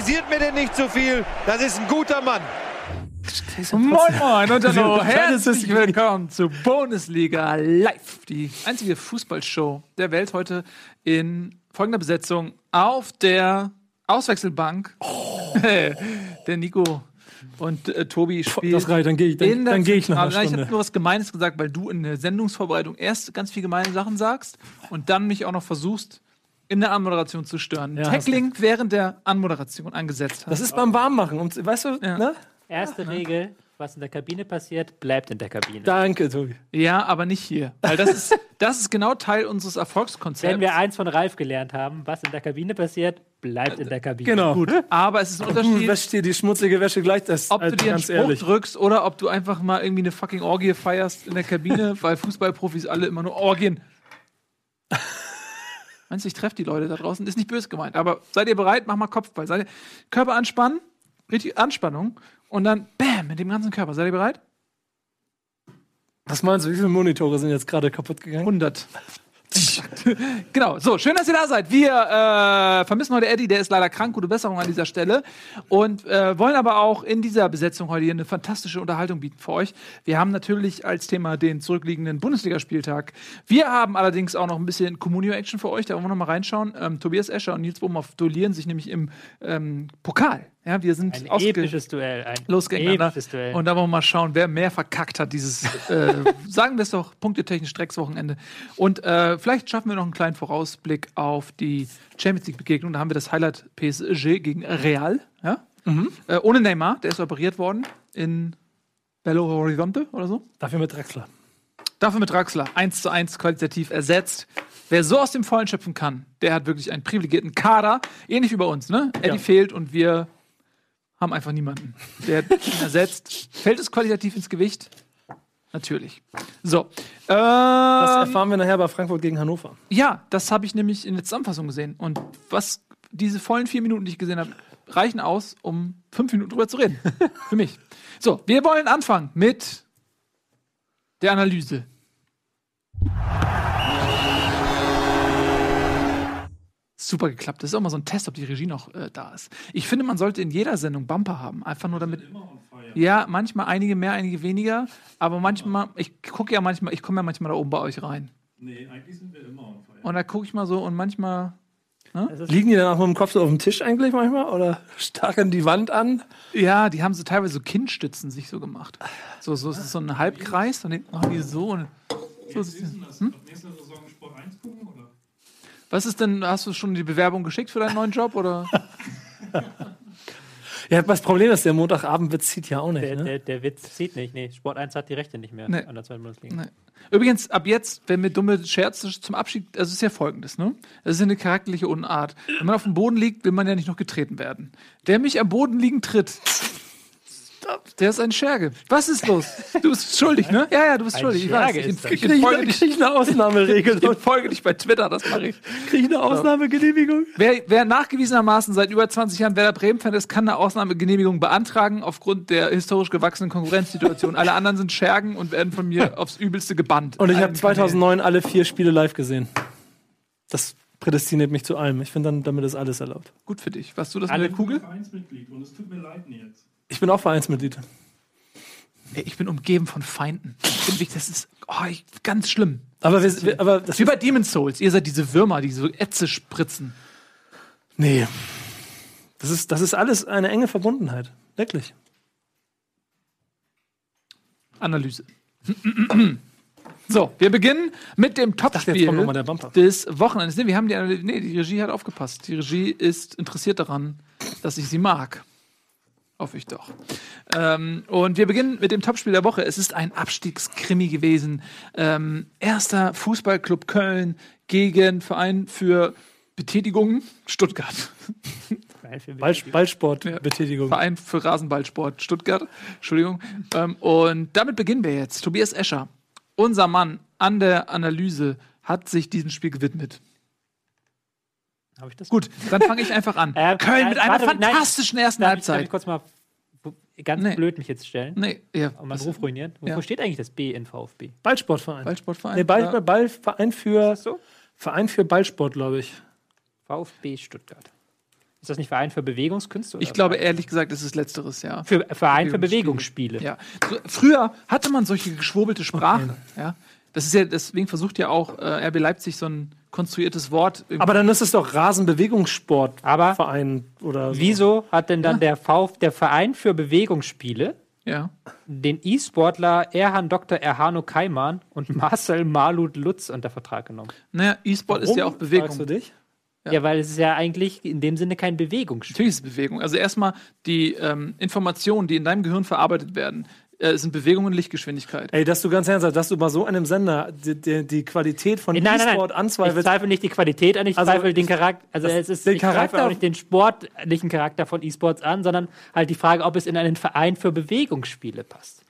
kritisiert mir denn nicht so viel. Das ist ein guter Mann. Moin Moin und hallo, herzlich willkommen zu Bundesliga Live, die einzige Fußballshow der Welt heute in folgender Besetzung auf der Auswechselbank. Der Nico und Tobi spielen. Das reicht, dann gehe ich nach einer Stunde. Ich habe nur was Gemeines gesagt, weil du in der Sendungsvorbereitung erst ganz viel gemeine Sachen sagst und dann mich auch noch versuchst, in der Anmoderation zu stören. Ja, Tackling während der Anmoderation angesetzt hast. Das ist beim Warmmachen, weißt du, ne? Erste Regel, was in der Kabine passiert, bleibt in der Kabine. Danke, Tobi. Ja, aber nicht hier. Weil das ist genau Teil unseres Erfolgskonzepts. Wenn wir eins von Ralf gelernt haben, was in der Kabine passiert, bleibt in der Kabine. Genau. Gut, aber es ist ein Unterschied, Wäsch dir die schmutzige Wäsche gleich, das ob du dir einen ganz Spruch ehrlich. drückst oder ob du einfach mal irgendwie eine fucking Orgie feierst in der Kabine, weil Fußballprofis alle immer nur Orgien. Meinst du, ich treffe die Leute da draußen? Ist nicht böse gemeint, aber seid ihr bereit? Mach mal Kopfball. Körper anspannen, richtig Anspannung und dann BÄM mit dem ganzen Körper. Seid ihr bereit? Was meinst du, wie viele Monitore sind jetzt gerade kaputt gegangen? 100. Genau, so, schön, dass ihr da seid. Wir vermissen heute Eddie, der ist leider krank, gute Besserung an dieser Stelle. Und wollen aber auch in dieser Besetzung heute hier eine fantastische Unterhaltung bieten für euch. Wir haben natürlich als Thema den zurückliegenden Bundesligaspieltag. Wir haben allerdings auch noch ein bisschen Communio-Action für euch, da wollen wir noch mal reinschauen. Tobias Escher und Nils Bohmhoff duellieren sich nämlich im Pokal. Ja, wir sind ein episches Duell. Duell. Und da wollen wir mal schauen, wer mehr verkackt hat, dieses, sagen wir es doch, punktetechnisch Dreckswochenende. Und vielleicht schaffen wir noch einen kleinen Vorausblick auf die Champions League-Begegnung. Da haben wir das Highlight PSG gegen Real. Ja? Ohne Neymar, der ist operiert worden in Belo Horizonte oder so. Dafür mit Draxler. 1:1 qualitativ ersetzt. Wer so aus dem Vollen schöpfen kann, der hat wirklich einen privilegierten Kader. Ähnlich wie bei uns, ne? Eddie fehlt und wir haben einfach niemanden. Der hat ihn ersetzt. Fällt es qualitativ ins Gewicht? Natürlich. So. Das erfahren wir nachher bei Frankfurt gegen Hannover. Ja, das habe ich nämlich in der Zusammenfassung gesehen. Und was diese vollen 4 Minuten, die ich gesehen habe, reichen aus, um 5 Minuten drüber zu reden. Für mich. So, wir wollen anfangen mit der Analyse. Super geklappt. Das ist auch mal so ein Test, ob die Regie noch da ist. Ich finde, man sollte in jeder Sendung Bumper haben. Einfach nur damit. Ja, manchmal einige mehr, einige weniger. Aber manchmal, ich komme ja manchmal da oben bei euch rein. Nee, eigentlich sind wir immer on fire. Und da gucke ich mal so und manchmal. Liegen die dann auch mit dem Kopf so auf dem Tisch eigentlich manchmal? Oder starren die Wand an? Ja, die haben so teilweise so Kinnstützen sich so gemacht. So ist so ein Halbkreis und dann machen die so. Und so ist Nächste Saison Sport 1 gucken, oder? Was ist denn, hast du schon die Bewerbung geschickt für deinen neuen Job, oder? Ja, das Problem ist, der Montagabendwitz zieht ja auch nicht. Der Witz zieht nicht. Nee, Sport 1 hat die Rechte nicht mehr an der zweiten Bundesliga. Nee. Übrigens, ab jetzt, wenn wir dumme Scherze zum Abschied, also es ist ja folgendes, ne? Das ist ja eine charakterliche Unart. Wenn man auf dem Boden liegt, will man ja nicht noch getreten werden. Der mich am Boden liegend tritt, der ist ein Scherge. Was ist los? Du bist schuldig, ne? Ja, du bist schuldig. Ich weiß. Ich folge dich. Krieg ich eine Ausnahmeregelung. Ich folge dich bei Twitter, das mache ich. Krieg ich eine Ausnahmegenehmigung? Wer nachgewiesenermaßen seit über 20 Jahren Werder Bremen-Fan ist, kann eine Ausnahmegenehmigung beantragen aufgrund der historisch gewachsenen Konkurrenzsituation. Alle anderen sind Schergen und werden von mir aufs Übelste gebannt. Und ich habe 2009 alle 4 Spiele live gesehen. Das prädestiniert mich zu allem. Ich finde, damit ist alles erlaubt. Gut für dich. Warst du das mit der Kugel? Ich bin Vereinsmitglied und es tut mir leid, Nils. Ich bin auch Vereinsmitglied. Ich bin umgeben von Feinden. Das ist ganz schlimm. Aber das wie bei Demon's Souls. Ihr seid diese Würmer, die so Ätze spritzen. Nee. Das ist alles eine enge Verbundenheit. Wirklich. Analyse. So, wir beginnen mit dem Topspiel des Wochenendes. Nee, die Regie hat aufgepasst. Die Regie ist interessiert daran, dass ich sie mag. Hoffe ich doch. Und wir beginnen mit dem Topspiel der Woche. Es ist ein Abstiegskrimi gewesen. Erster Fußballclub Köln gegen Verein für Betätigungen Stuttgart. Ballsportbetätigung. Verein für Rasenballsport Stuttgart. Entschuldigung. Und damit beginnen wir jetzt. Tobias Escher, unser Mann an der Analyse, hat sich diesem Spiel gewidmet. Habe ich das? Gut, dann fange ich einfach an. Köln mit einer fantastischen ersten Halbzeit. Darf ich kurz mal ganz blöd mich jetzt stellen? Nee, ja. Und meinen Ruf ruinieren? Wo steht eigentlich das B in VfB? Ballsportverein. Nee, Verein für Ballsport, glaube ich. VfB Stuttgart. Ist das nicht Verein für Bewegungskünste? Ich glaube, ehrlich gesagt, ist es Letzteres, ja. Verein für Bewegungsspiele. Ja. So, früher hatte man solche geschwurbelte Sprache. Okay. Ja. Das ist ja, deswegen versucht ja auch RB Leipzig so ein konstruiertes Wort. Aber dann ist es doch Rasenbewegungssportverein oder so. Wieso hat denn dann der Verein für Bewegungsspiele den E-Sportler Erhan Dr. Erhano Kaiman und Marcel Malut Lutz unter Vertrag genommen? Naja, E-Sport ist ja auch Bewegung. Fragst du dich? Ja, weil es ist ja eigentlich in dem Sinne kein Bewegungsspiel. Natürlich ist es Bewegung. Also erstmal die Informationen, die in deinem Gehirn verarbeitet werden, sind Bewegung und Lichtgeschwindigkeit. Ey, dass du ganz ernsthaft, dass du bei so einem Sender die Qualität von E-Sport anzweifelst. Ich zweifle nicht die Qualität an, ich zweifle den Charakter. Also ich zweifle auch nicht den sportlichen Charakter von E-Sports an, sondern halt die Frage, ob es in einen Verein für Bewegungsspiele passt.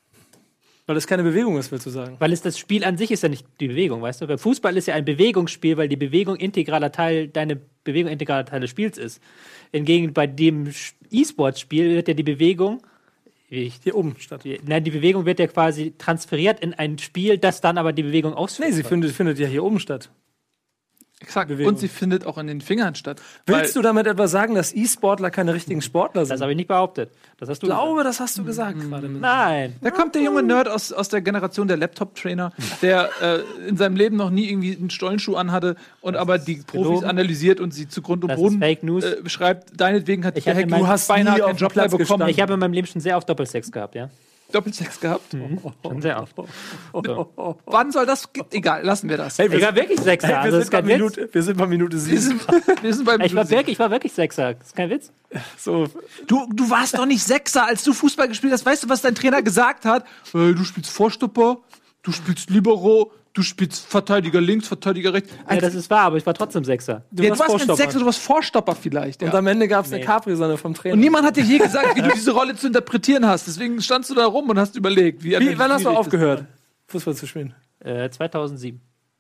Weil es keine Bewegung ist, willst du sagen? Weil das Spiel an sich ist ja nicht die Bewegung, weißt du? Weil Fußball ist ja ein Bewegungsspiel, weil die Bewegung deine Bewegung integraler Teil des Spiels ist. Hingegen bei dem E-Sport-Spiel wird ja die Bewegung hier oben statt. Nein, die Bewegung wird ja quasi transferiert in ein Spiel, das dann aber die Bewegung ausführt. Nee, sie findet ja hier oben statt. Exakt. Bewegung. Und sie findet auch in den Fingern statt. Willst du damit etwa sagen, dass E-Sportler keine richtigen Sportler sind? Das habe ich nicht behauptet. Das hast du gesagt. Das hast du gesagt gerade. Nein. Da kommt der junge Nerd aus der Generation der Laptop-Trainer, der in seinem Leben noch nie irgendwie einen Stollenschuh anhatte und aber die Profis analysiert und sie zu Grund und Boden beschreibt. Deinetwegen hat der Heck, du hast beinahe keinen Job mehr bekommen. Ich habe in meinem Leben schon sehr oft Doppelsex gehabt, ja. Doppelsex gehabt? Schon sehr oft. So. Wann soll das? Egal, lassen wir das. Hey, ich war wirklich Sechser. Hey, wir sind bei Minute 7. Wir sind bei Minute 7. Ich war wirklich Sechser. Das ist kein Witz. So. Du warst doch nicht Sechser, als du Fußball gespielt hast. Weißt du, was dein Trainer gesagt hat? Du spielst Vorstopper, du spielst Libero, du spielst Verteidiger links, Verteidiger rechts. Ja, das ist wahr, aber ich war trotzdem Sechser. Du warst nicht Sechser, du warst Vorstopper vielleicht. Und am Ende gab es eine Capri-Sonne vom Trainer. Und niemand hat dir je gesagt, wie du diese Rolle zu interpretieren hast. Deswegen standst du da rum und hast überlegt. Wann hast du aufgehört, Fußball zu spielen? 2007.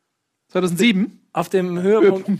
2007? Auf dem Höhepunkt,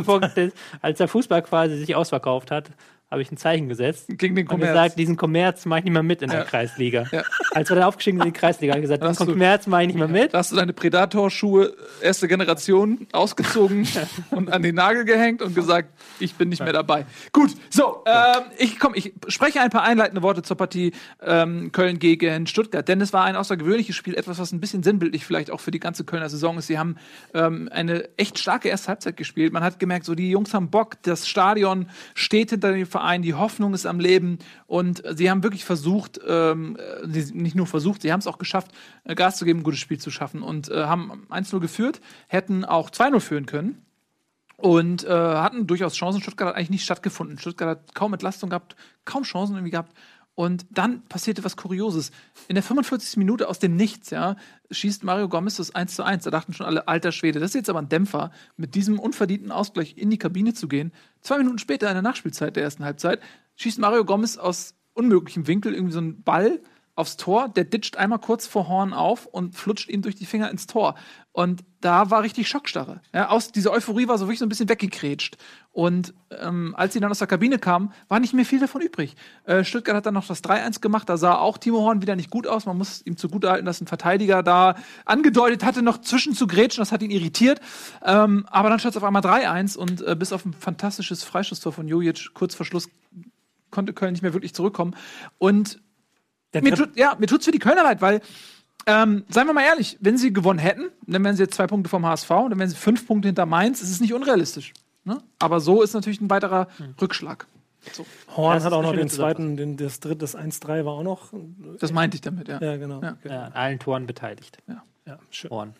als der Fußball quasi sich ausverkauft hat, habe ich ein Zeichen gesetzt. Gegen den Kommerz. Und gesagt, diesen Kommerz mache ich nicht mehr mit in der Kreisliga. Ja. Als wir dann aufgestiegen sind in die Kreisliga, habe ich gesagt, diesen Kommerz mache ich nicht mehr mit. Da hast du deine Predator-Schuhe erste Generation ausgezogen und an den Nagel gehängt und gesagt, ich bin nicht mehr dabei. Gut, so, ich spreche ein paar einleitende Worte zur Partie Köln gegen Stuttgart, denn es war ein außergewöhnliches Spiel, etwas, was ein bisschen sinnbildlich vielleicht auch für die ganze Kölner Saison ist. Sie haben eine echt starke erste Halbzeit gespielt. Man hat gemerkt, so die Jungs haben Bock, das Stadion steht hinter dem Verein, die Hoffnung ist am Leben und sie haben wirklich versucht, nicht nur versucht, sie haben es auch geschafft, Gas zu geben, ein gutes Spiel zu schaffen und haben 1-0 geführt, hätten auch 2-0 führen können und hatten durchaus Chancen. Stuttgart hat eigentlich nicht stattgefunden. Stuttgart hat kaum Entlastung gehabt, kaum Chancen irgendwie gehabt. Und dann passierte was Kurioses. In der 45. Minute aus dem Nichts, schießt Mario Gomez das 1:1. Da dachten schon alle, alter Schwede, das ist jetzt aber ein Dämpfer, mit diesem unverdienten Ausgleich in die Kabine zu gehen. 2 Minuten später, in der Nachspielzeit der ersten Halbzeit, schießt Mario Gomez aus unmöglichem Winkel irgendwie so einen Ball aufs Tor, der ditcht einmal kurz vor Horn auf und flutscht ihm durch die Finger ins Tor. Und da war richtig Schockstarre. Diese Euphorie war so wirklich so ein bisschen weggekrätscht. Und als sie dann aus der Kabine kamen, war nicht mehr viel davon übrig. Stuttgart hat dann noch das 3:1 gemacht. Da sah auch Timo Horn wieder nicht gut aus. Man muss ihm zugutehalten, dass ein Verteidiger da angedeutet hatte, noch zwischen zu grätschen. Das hat ihn irritiert. Aber dann stand es auf einmal 3:1 und bis auf ein fantastisches Freischusstor von Jojic kurz vor Schluss konnte Köln nicht mehr wirklich zurückkommen. Und mir tut's für die Kölner leid, weil, seien wir mal ehrlich, wenn sie gewonnen hätten, dann wären sie jetzt 2 Punkte vom HSV, dann wären sie 5 Punkte hinter Mainz. Es ist nicht unrealistisch. Ne? Aber so ist natürlich ein weiterer Rückschlag. So. Horn hat auch noch den zweiten, das 1:3 war auch noch. Das meinte ich damit, ja. Ja, genau. Ja, an allen Toren beteiligt. Ja, schön. Horn.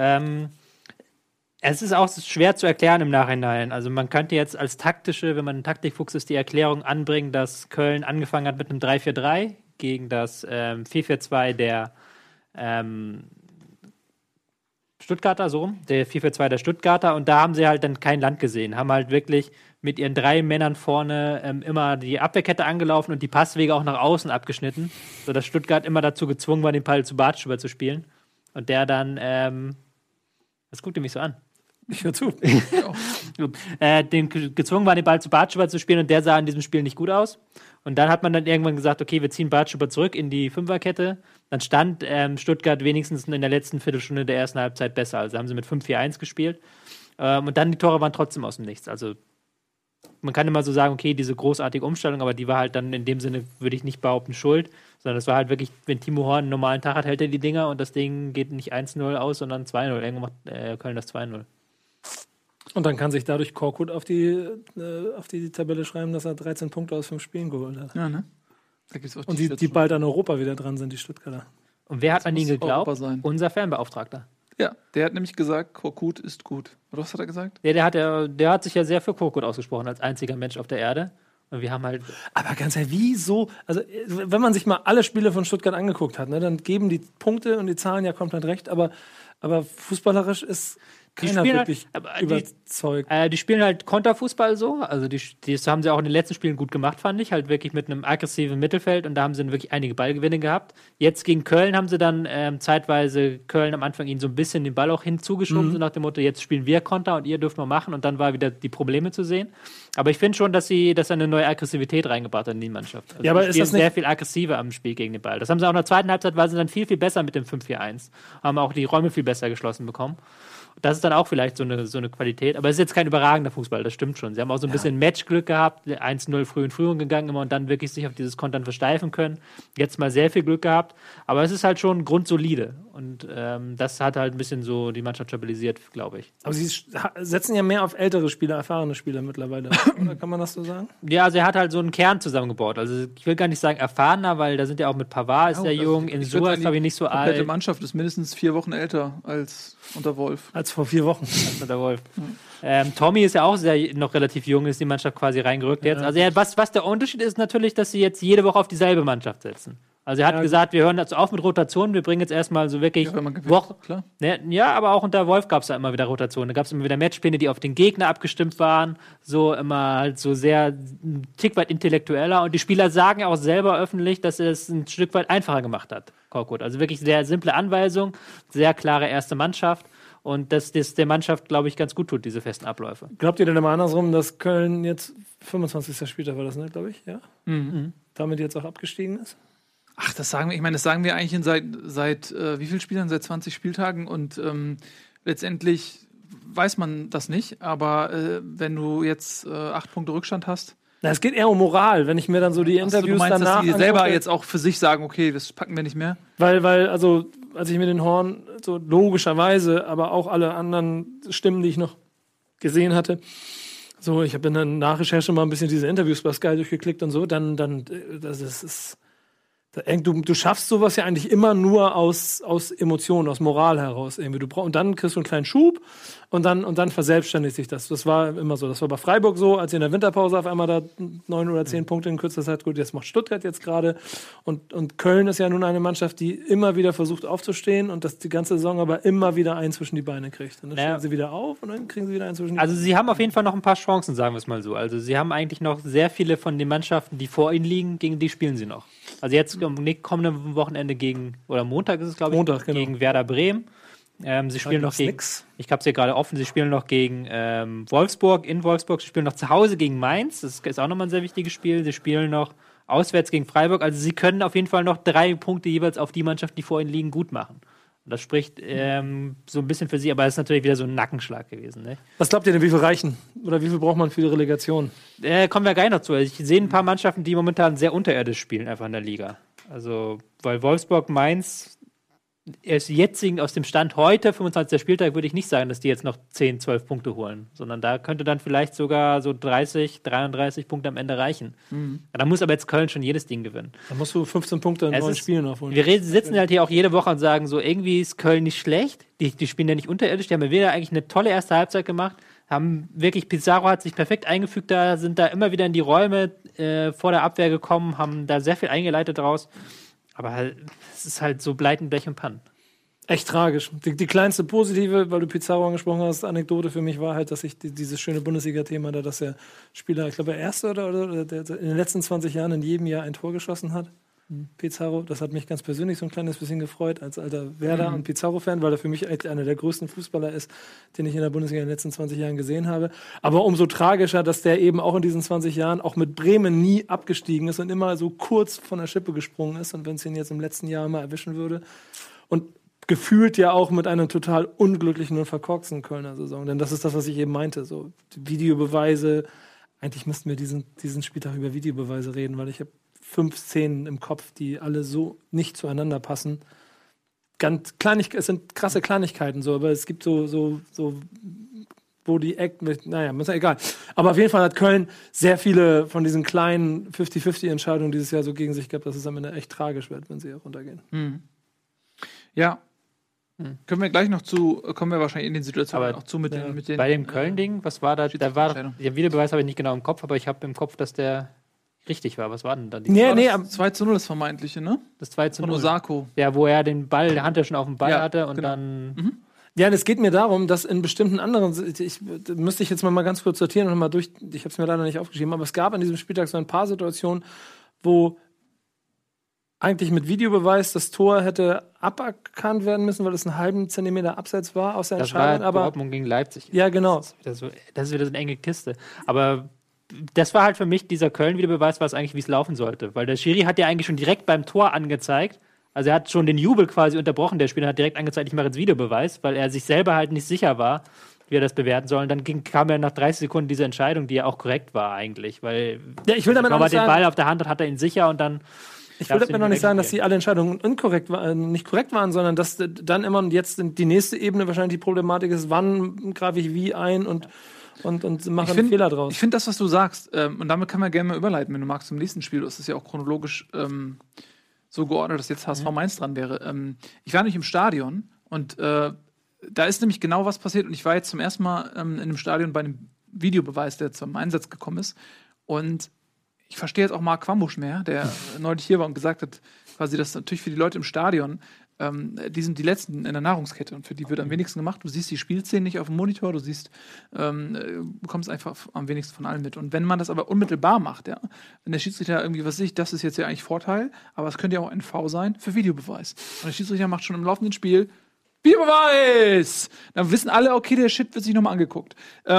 Es ist auch schwer zu erklären im Nachhinein. Also man könnte jetzt als wenn man ein Taktikfuchs ist, die Erklärung anbringen, dass Köln angefangen hat mit einem 3-4-3 gegen das 4-4-2 der Stuttgarter, der 4-4-2 der Stuttgarter, und da haben sie halt dann kein Land gesehen, haben halt wirklich mit ihren 3 Männern vorne immer die Abwehrkette angelaufen und die Passwege auch nach außen abgeschnitten, sodass Stuttgart immer dazu gezwungen war, den Ball zu Bartstuber zu spielen und der dann, was guckt ihr mich so an? Ich höre zu. Den gezwungen war, den Ball zu Bartstuber zu spielen und der sah in diesem Spiel nicht gut aus. Und dann hat man dann irgendwann gesagt, okay, wir ziehen Bartstuber zurück in die Fünferkette. Dann stand Stuttgart wenigstens in der letzten Viertelstunde der ersten Halbzeit besser. Also haben sie mit 5-4-1 gespielt. Und dann die Tore waren trotzdem aus dem Nichts. Also man kann immer so sagen, okay, diese großartige Umstellung, aber die war halt dann in dem Sinne, würde ich nicht behaupten, schuld, sondern das war halt wirklich, wenn Timo Horn einen normalen Tag hat, hält er die Dinger und das Ding geht nicht 1-0 aus, sondern 2-0. Irgendwann macht Köln das 2-0. Und dann kann sich dadurch Korkut auf die Tabelle schreiben, dass er 13 Punkte aus 5 Spielen geholt hat. Ja, ne? Da gibt's auch Und die bald an Europa wieder dran sind, die Stuttgarter. Und wer hat an ihn geglaubt? Sein. Unser Fanbeauftragter. Ja, der hat nämlich gesagt, Korkut ist gut. Oder was hat er gesagt? Ja, der hat sich ja sehr für Korkut ausgesprochen, als einziger Mensch auf der Erde. Und wir haben halt. Aber ganz ehrlich, wieso? Also, wenn man sich mal alle Spiele von Stuttgart angeguckt hat, ne, dann geben die Punkte und die Zahlen ja komplett recht, aber fußballerisch ist keiner wirklich überzeugt. Die spielen halt Konterfußball so. Also das haben sie auch in den letzten Spielen gut gemacht, fand ich. Halt wirklich mit einem aggressiven Mittelfeld und da haben sie dann wirklich einige Ballgewinne gehabt. Jetzt gegen Köln haben sie dann zeitweise Köln am Anfang ihnen so ein bisschen den Ball auch hinzugeschoben, so nach dem Motto, jetzt spielen wir Konter und ihr dürft mal machen und dann war wieder die Probleme zu sehen. Aber ich finde schon, dass er eine neue Aggressivität reingebracht hat in die Mannschaft. Also ja, aber die ist das nicht sehr viel aggressiver am Spiel gegen den Ball. Das haben sie auch in der zweiten Halbzeit, war sie dann viel, viel besser mit dem 5-4-1. Haben auch die Räume viel besser geschlossen bekommen. Das ist dann auch vielleicht so eine Qualität. Aber es ist jetzt kein überragender Fußball, das stimmt schon. Sie haben auch so ein bisschen Matchglück gehabt, 1-0 früh in Führung gegangen immer und dann wirklich sich auf dieses Kontern versteifen können. Jetzt mal sehr viel Glück gehabt. Aber es ist halt schon grundsolide. Und das hat halt ein bisschen so die Mannschaft stabilisiert, glaube ich. Aber sie setzen ja mehr auf ältere Spieler, erfahrene Spieler mittlerweile. Oder kann man das so sagen? Ja, also er hat halt so einen Kern zusammengebaut. Also ich will gar nicht sagen erfahrener, weil da sind ja auch mit Pavard ist der jung, Insua ist glaube ich nicht so alt. Die Mannschaft ist mindestens 4 Wochen älter als unter Wolf. Als vor 4 Wochen. Als unter Wolf. Tommy ist ja auch noch relativ jung, ist die Mannschaft quasi reingerückt jetzt. Also was der Unterschied ist natürlich, dass sie jetzt jede Woche auf dieselbe Mannschaft setzen. Also er hat gesagt, wir hören dazu auf mit Rotationen, wir bringen jetzt erstmal so wirklich Woche. Klar. Ja, aber auch unter Wolf gab es da immer wieder Rotationen. Da gab es immer wieder Matchpläne, die auf den Gegner abgestimmt waren, so immer halt so sehr ein Tick weit intellektueller. Und die Spieler sagen ja auch selber öffentlich, dass er es ein Stück weit einfacher gemacht hat, Korkut. Also wirklich sehr simple Anweisung, sehr klare erste Mannschaft. Und dass das der Mannschaft, glaube ich, ganz gut tut, diese festen Abläufe. Glaubt ihr denn immer andersrum, dass Köln jetzt 25. Spieltag war das, ne, glaube ich? Ja. Damit jetzt auch abgestiegen ist? Ach, das sagen wir eigentlich seit wie vielen Spielern? Seit 20 Spieltagen und letztendlich weiß man das nicht, aber wenn du jetzt 8 Punkte Rückstand hast. Na, es geht eher um Moral, wenn ich mir dann so die Interviews du meinst, danach dass die selber jetzt auch für sich sagen, okay, das packen wir nicht mehr? Weil, also, als ich mir den Horn so logischerweise, aber auch alle anderen Stimmen, die ich noch gesehen hatte, so, ich habe in der Nachrecherche mal ein bisschen diese Interviews bei Sky durchgeklickt und so, dann das ist du schaffst sowas ja eigentlich immer nur aus Emotionen, aus Moral heraus irgendwie. Und dann kriegst du einen kleinen Schub und dann verselbstständigt sich das. Das war immer so. Das war bei Freiburg so, als sie in der Winterpause auf einmal da 9 oder 10 Punkte in kürzester Zeit, gut, jetzt macht Stuttgart jetzt gerade. Und Köln ist ja nun eine Mannschaft, die immer wieder versucht aufzustehen und das die ganze Saison aber immer wieder einen zwischen die Beine kriegt. Und dann stehen sie wieder auf und dann kriegen sie wieder einen zwischen die Beine. Also sie haben auf jeden Fall noch ein paar Chancen, sagen wir es mal so. Also sie haben eigentlich noch sehr viele von den Mannschaften, die vor ihnen liegen, gegen die spielen sie noch. Also jetzt am kommenden Wochenende Montag ist es, glaube ich, Montag, genau. Gegen Werder Bremen. Sie spielen noch gegen, ich habe es hier gerade offen, sie spielen noch gegen Wolfsburg, in Wolfsburg. Sie spielen noch zu Hause gegen Mainz, das ist auch nochmal ein sehr wichtiges Spiel. Sie spielen noch auswärts gegen Freiburg. Also sie können auf jeden Fall noch 3 Punkte jeweils auf die Mannschaft, die vor ihnen liegen, gut machen. Und das spricht so ein bisschen für sie, aber es ist natürlich wieder so ein Nackenschlag gewesen. Ne? Was glaubt ihr denn, wie viel reichen? Oder wie viel braucht man für die Relegation? Kommen wir gleich noch zu. Ich sehe ein paar Mannschaften, die momentan sehr unterirdisch spielen, einfach in der Liga. Also, weil Wolfsburg, Mainz, aus dem Stand heute, 25. Spieltag, würde ich nicht sagen, dass die jetzt noch 10, 12 Punkte holen, sondern da könnte dann vielleicht sogar so 30, 33 Punkte am Ende reichen. Ja, da muss aber jetzt Köln schon jedes Ding gewinnen. Da musst du 15 Punkte in 9 Spielen aufholen. Wir sitzen halt hier auch jede Woche und sagen so, irgendwie ist Köln nicht schlecht, die spielen ja nicht unterirdisch, die haben ja wieder eigentlich eine tolle erste Halbzeit gemacht, haben wirklich, Pizarro hat sich perfekt eingefügt, sind da immer wieder in die Räume vor der Abwehr gekommen, haben da sehr viel eingeleitet draus. Aber halt, es ist halt so Bleiten, Blech und Pannen. Echt tragisch. Die kleinste positive, weil du Pizarro angesprochen hast, Anekdote für mich war halt, dass ich dieses schöne Bundesliga-Thema da, dass der Spieler, ich glaube, der erste oder der in den letzten 20 Jahren in jedem Jahr ein Tor geschossen hat. Pizarro, das hat mich ganz persönlich so ein kleines bisschen gefreut, als alter Werder- und Pizarro-Fan, weil er für mich echt einer der größten Fußballer ist, den ich in der Bundesliga in den letzten 20 Jahren gesehen habe. Aber umso tragischer, dass der eben auch in diesen 20 Jahren auch mit Bremen nie abgestiegen ist und immer so kurz von der Schippe gesprungen ist. Und wenn es ihn jetzt im letzten Jahr mal erwischen würde und gefühlt ja auch mit einer total unglücklichen und verkorksten Kölner Saison. Denn das ist das, was ich eben meinte. So Videobeweise, eigentlich müssten wir diesen Spieltag über Videobeweise reden, weil ich habe 5 Szenen im Kopf, die alle so nicht zueinander passen. Es sind krasse Kleinigkeiten so, aber es gibt so wo die Eck mit, naja, ist ja egal. Aber auf jeden Fall hat Köln sehr viele von diesen kleinen 50-50-Entscheidungen dieses Jahr so gegen sich gehabt, dass es am Ende echt tragisch wird, wenn sie runtergehen. Ja. Kommen wir wahrscheinlich in den Situationen aber auch zu mit den bei dem Köln-Ding, was war da? Da war doch, der Videobeweis habe ich nicht genau im Kopf, aber ich habe im Kopf, dass der richtig war. Was war denn da? Das 2:0 das vermeintliche, ne? Das 2:0. Von Osako. Ja, wo er den Ball, der Hand ja schon auf dem Ball hatte und dann... Ja, und es geht mir darum, dass in bestimmten anderen, müsste ich jetzt mal ganz kurz sortieren und mal durch, ich habe es mir leider nicht aufgeschrieben, aber es gab an diesem Spieltag so ein paar Situationen, wo eigentlich mit Videobeweis das Tor hätte aberkannt werden müssen, weil es einen halben Zentimeter abseits war aus der Entscheidung. Das war Dortmund gegen Leipzig. Ja, genau. Das ist wieder so eine enge Kiste. Aber das war halt für mich dieser Köln-Videobeweis, war es eigentlich, wie es laufen sollte. Weil der Schiri hat ja eigentlich schon direkt beim Tor angezeigt. Also er hat schon den Jubel quasi unterbrochen, der Spieler hat direkt angezeigt, ich mache jetzt Videobeweis, weil er sich selber halt nicht sicher war, wie er das bewerten soll. Und dann kam ja nach 30 Sekunden diese Entscheidung, die ja auch korrekt war eigentlich. Weil ich will damit auch nicht den Ball auf der Hand hat er ihn sicher und dann... Ich will damit noch nicht sagen, dass die alle Entscheidungen nicht korrekt waren, sondern dass dann immer jetzt die nächste Ebene wahrscheinlich die Problematik ist, wann greife ich wie ein und mache einen Fehler draus. Ich finde das, was du sagst, und damit kann man gerne mal überleiten, wenn du magst, zum nächsten Spiel. Das ist ja auch chronologisch so geordnet, dass jetzt HSV Mainz dran wäre. Ich war nicht im Stadion und da ist nämlich genau was passiert und ich war jetzt zum ersten Mal in einem Stadion bei einem Videobeweis, der zum Einsatz gekommen ist und ich verstehe jetzt auch Marc Quambusch mehr, der neulich hier war und gesagt hat, quasi, dass natürlich für die Leute im Stadion, die sind die Letzten in der Nahrungskette und für die wird am wenigsten gemacht. Du siehst die Spielszenen nicht auf dem Monitor, du bekommst einfach am wenigsten von allen mit. Und wenn man das aber unmittelbar macht, ja, wenn der Schiedsrichter irgendwie, das ist jetzt ja eigentlich Vorteil, aber es könnte ja auch ein V sein für Videobeweis. Und der Schiedsrichter macht schon im laufenden Spiel Videobeweis! Dann wissen alle, okay, der Shit wird sich nochmal angeguckt.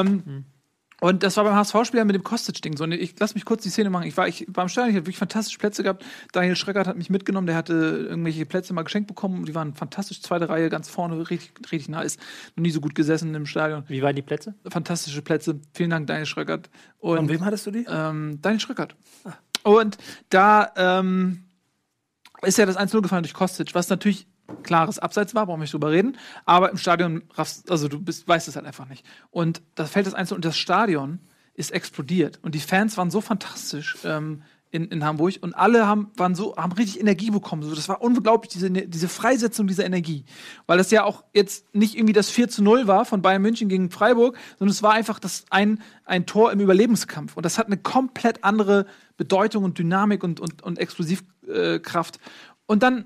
Und das war beim HSV-Spieler mit dem Kostic-Ding so. Ich lass mich kurz die Szene machen. Ich war im Stadion, ich hatte wirklich fantastische Plätze gehabt. Daniel Schröckert hat mich mitgenommen, der hatte irgendwelche Plätze mal geschenkt bekommen. Die waren fantastisch, 2. Reihe, ganz vorne, richtig, richtig nice. Noch nie so gut gesessen im Stadion. Wie waren die Plätze? Fantastische Plätze. Vielen Dank, Daniel Schröckert. Und von wem hattest du die? Daniel Schröckert. Und da ist ja das 1:0 gefallen durch Kostic, was natürlich klares Abseits war, brauchen wir nicht drüber reden, aber im Stadion weißt es halt einfach nicht. Und da fällt das 1:0 und das Stadion ist explodiert. Und die Fans waren so fantastisch in Hamburg und alle haben richtig Energie bekommen. So, das war unglaublich, diese Freisetzung dieser Energie. Weil das ja auch jetzt nicht irgendwie das 4:0 war von Bayern München gegen Freiburg, sondern es war einfach ein Tor im Überlebenskampf. Und das hat eine komplett andere Bedeutung und Dynamik und Explosivkraft. Und dann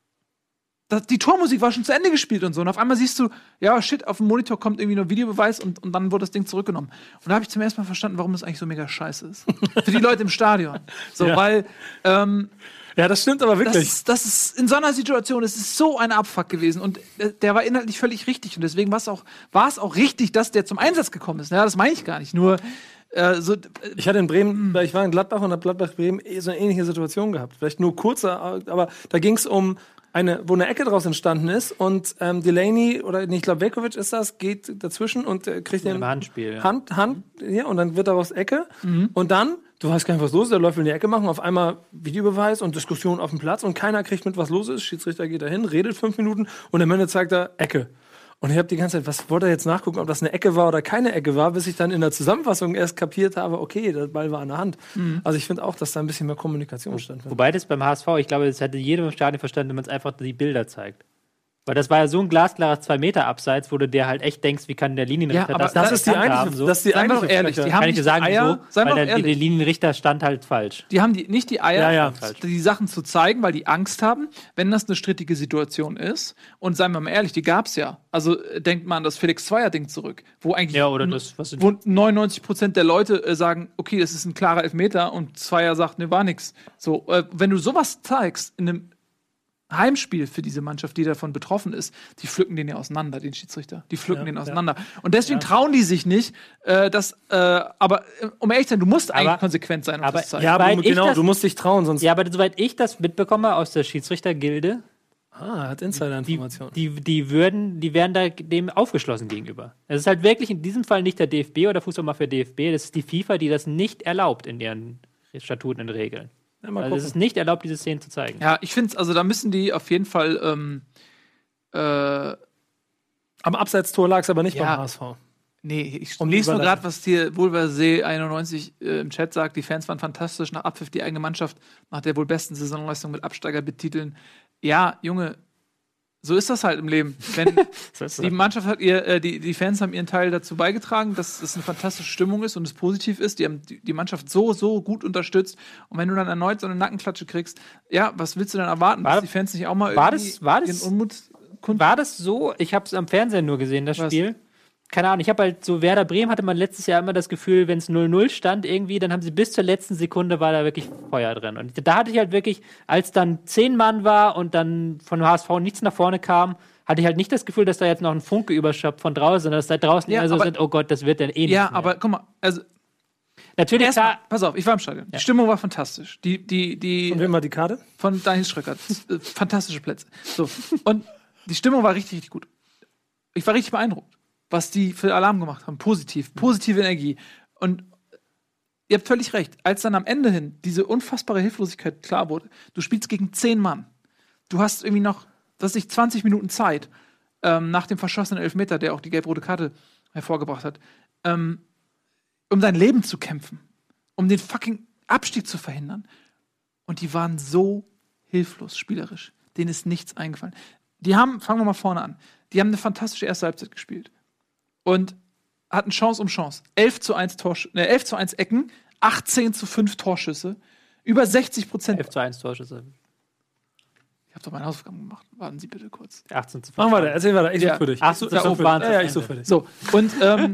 die Tormusik war schon zu Ende gespielt und so. Und auf einmal siehst du, ja, shit, auf dem Monitor kommt irgendwie nur Videobeweis und dann wurde das Ding zurückgenommen. Und da habe ich zum ersten Mal verstanden, warum das eigentlich so mega scheiße ist. Für die Leute im Stadion. So, ja. Weil ja, das stimmt aber wirklich. Das ist in so einer Situation, es ist so ein Abfuck gewesen. Und der war inhaltlich völlig richtig. Und deswegen war es auch richtig, dass der zum Einsatz gekommen ist. Ja, das meine ich gar nicht. Nur ich hatte in Bremen, ich war in Gladbach und habe Gladbach-Bremen so eine ähnliche Situation gehabt. Vielleicht nur kurzer, aber da ging es um wo eine Ecke draus entstanden ist und Delaney oder ich glaube Velkovic ist das, geht dazwischen und kriegt den Handspiel, Hand, ja, und dann wird daraus Ecke und dann, du weißt gar nicht, was los ist, der läuft in die Ecke machen, auf einmal Videobeweis und Diskussion auf dem Platz und keiner kriegt mit, was los ist, Schiedsrichter geht dahin, redet 5 Minuten und am Ende zeigt er Ecke. Und ich habe die ganze Zeit, was wollte er jetzt nachgucken, ob das eine Ecke war oder keine Ecke war, bis ich dann in der Zusammenfassung erst kapiert habe, okay, der Ball war an der Hand. Also ich finde auch, dass da ein bisschen mehr Kommunikation stand. Wobei das beim HSV, ich glaube, das hätte jeder im Stadion verstanden, wenn man es einfach die Bilder zeigt. Weil das war ja so ein glasklarer 2 Meter Abseits, wo du dir halt echt denkst, wie kann der Linienrichter das ist die eigentliche, das ist die eigentliche ehrlich, die haben kann ich dir sagen, Eier, so, weil der Linienrichter stand halt falsch. Die haben nicht die Eier, ja. die Sachen zu zeigen, weil die Angst haben, wenn das eine strittige Situation ist. Und seien wir mal ehrlich, die gab's ja. Also denkt man an das Felix-Zweier-Ding zurück, wo eigentlich oder das, was wo 99% der Leute sagen, okay, das ist ein klarer Elfmeter und Zweier sagt, ne, war nix. So, wenn du sowas zeigst in einem Heimspiel für diese Mannschaft, die davon betroffen ist, die pflücken den ja auseinander, den Schiedsrichter. Die pflücken den auseinander. Und deswegen trauen die sich nicht, aber um ehrlich zu sein, du musst eigentlich konsequent sein und das zeigen. Ja, aber genau, du musst dich trauen, sonst. Ja, aber soweit ich das mitbekomme aus der Schiedsrichtergilde, Hat Insider-Informationen. Die wären da dem aufgeschlossen gegenüber. Es ist halt wirklich in diesem Fall nicht der DFB oder Fußballmafia DFB, das ist die FIFA, die das nicht erlaubt in ihren Statuten und Regeln. Ja, also es ist nicht erlaubt, diese Szenen zu zeigen. Ja, ich finde es, also da müssen die auf jeden Fall am Abseitstor lag es aber nicht beim HSV. Nee, ich lese nur gerade, was hier Wohlversee 91 im Chat sagt. Die Fans waren fantastisch. Nach Abpfiff die eigene Mannschaft nach der wohl besten Saisonleistung mit Absteiger betiteln. Ja, Junge, so ist das halt im Leben. Wenn die Mannschaft hat die Fans haben ihren Teil dazu beigetragen, dass es eine fantastische Stimmung ist und es positiv ist. Die haben die Mannschaft so gut unterstützt. Und wenn du dann erneut so eine Nackenklatsche kriegst, ja, was willst du denn erwarten? Dass die Fans nicht auch mal ihren Unmut kundtun? War das so? Ich habe es am Fernsehen nur gesehen, das Spiel. Keine Ahnung, ich habe halt so Werder Bremen hatte man letztes Jahr immer das Gefühl, wenn es 0-0 stand irgendwie, dann haben sie bis zur letzten Sekunde war da wirklich Feuer drin. Und da hatte ich halt wirklich, als dann 10 Mann war und dann von HSV nichts nach vorne kam, hatte ich halt nicht das Gefühl, dass da jetzt noch ein Funke überschwappt von draußen, sondern dass da draußen immer so sind, oh Gott, das wird dann eh nicht mehr. Aber guck mal, also natürlich klar. Pass auf, ich war im Stadion. Die Stimmung war fantastisch. Von wem war die Karte? Von Daniel Schröckert. Fantastische Plätze. So. Und die Stimmung war richtig, richtig gut. Ich war richtig beeindruckt, was die für Alarm gemacht haben. Positive Energie. Und ihr habt völlig recht. Als dann am Ende hin diese unfassbare Hilflosigkeit klar wurde, du spielst gegen 10 Mann. Du hast irgendwie noch, 20 Minuten Zeit nach dem verschossenen Elfmeter, der auch die gelb-rote Karte hervorgebracht hat, um dein Leben zu kämpfen. Um den fucking Abstieg zu verhindern. Und die waren so hilflos, spielerisch. Denen ist nichts eingefallen. Fangen wir mal vorne an. Die haben eine fantastische erste Halbzeit gespielt. Und hatten Chance um Chance. 11:1 Ecken, 18:5 Torschüsse, über 60%. 11:1 Torschüsse. Ich habe doch meine Hausaufgaben gemacht. Warten Sie bitte kurz. 18:5. Machen wir das. Erzähl weiter. Ich suche für dich. Ich suche für dich. So, und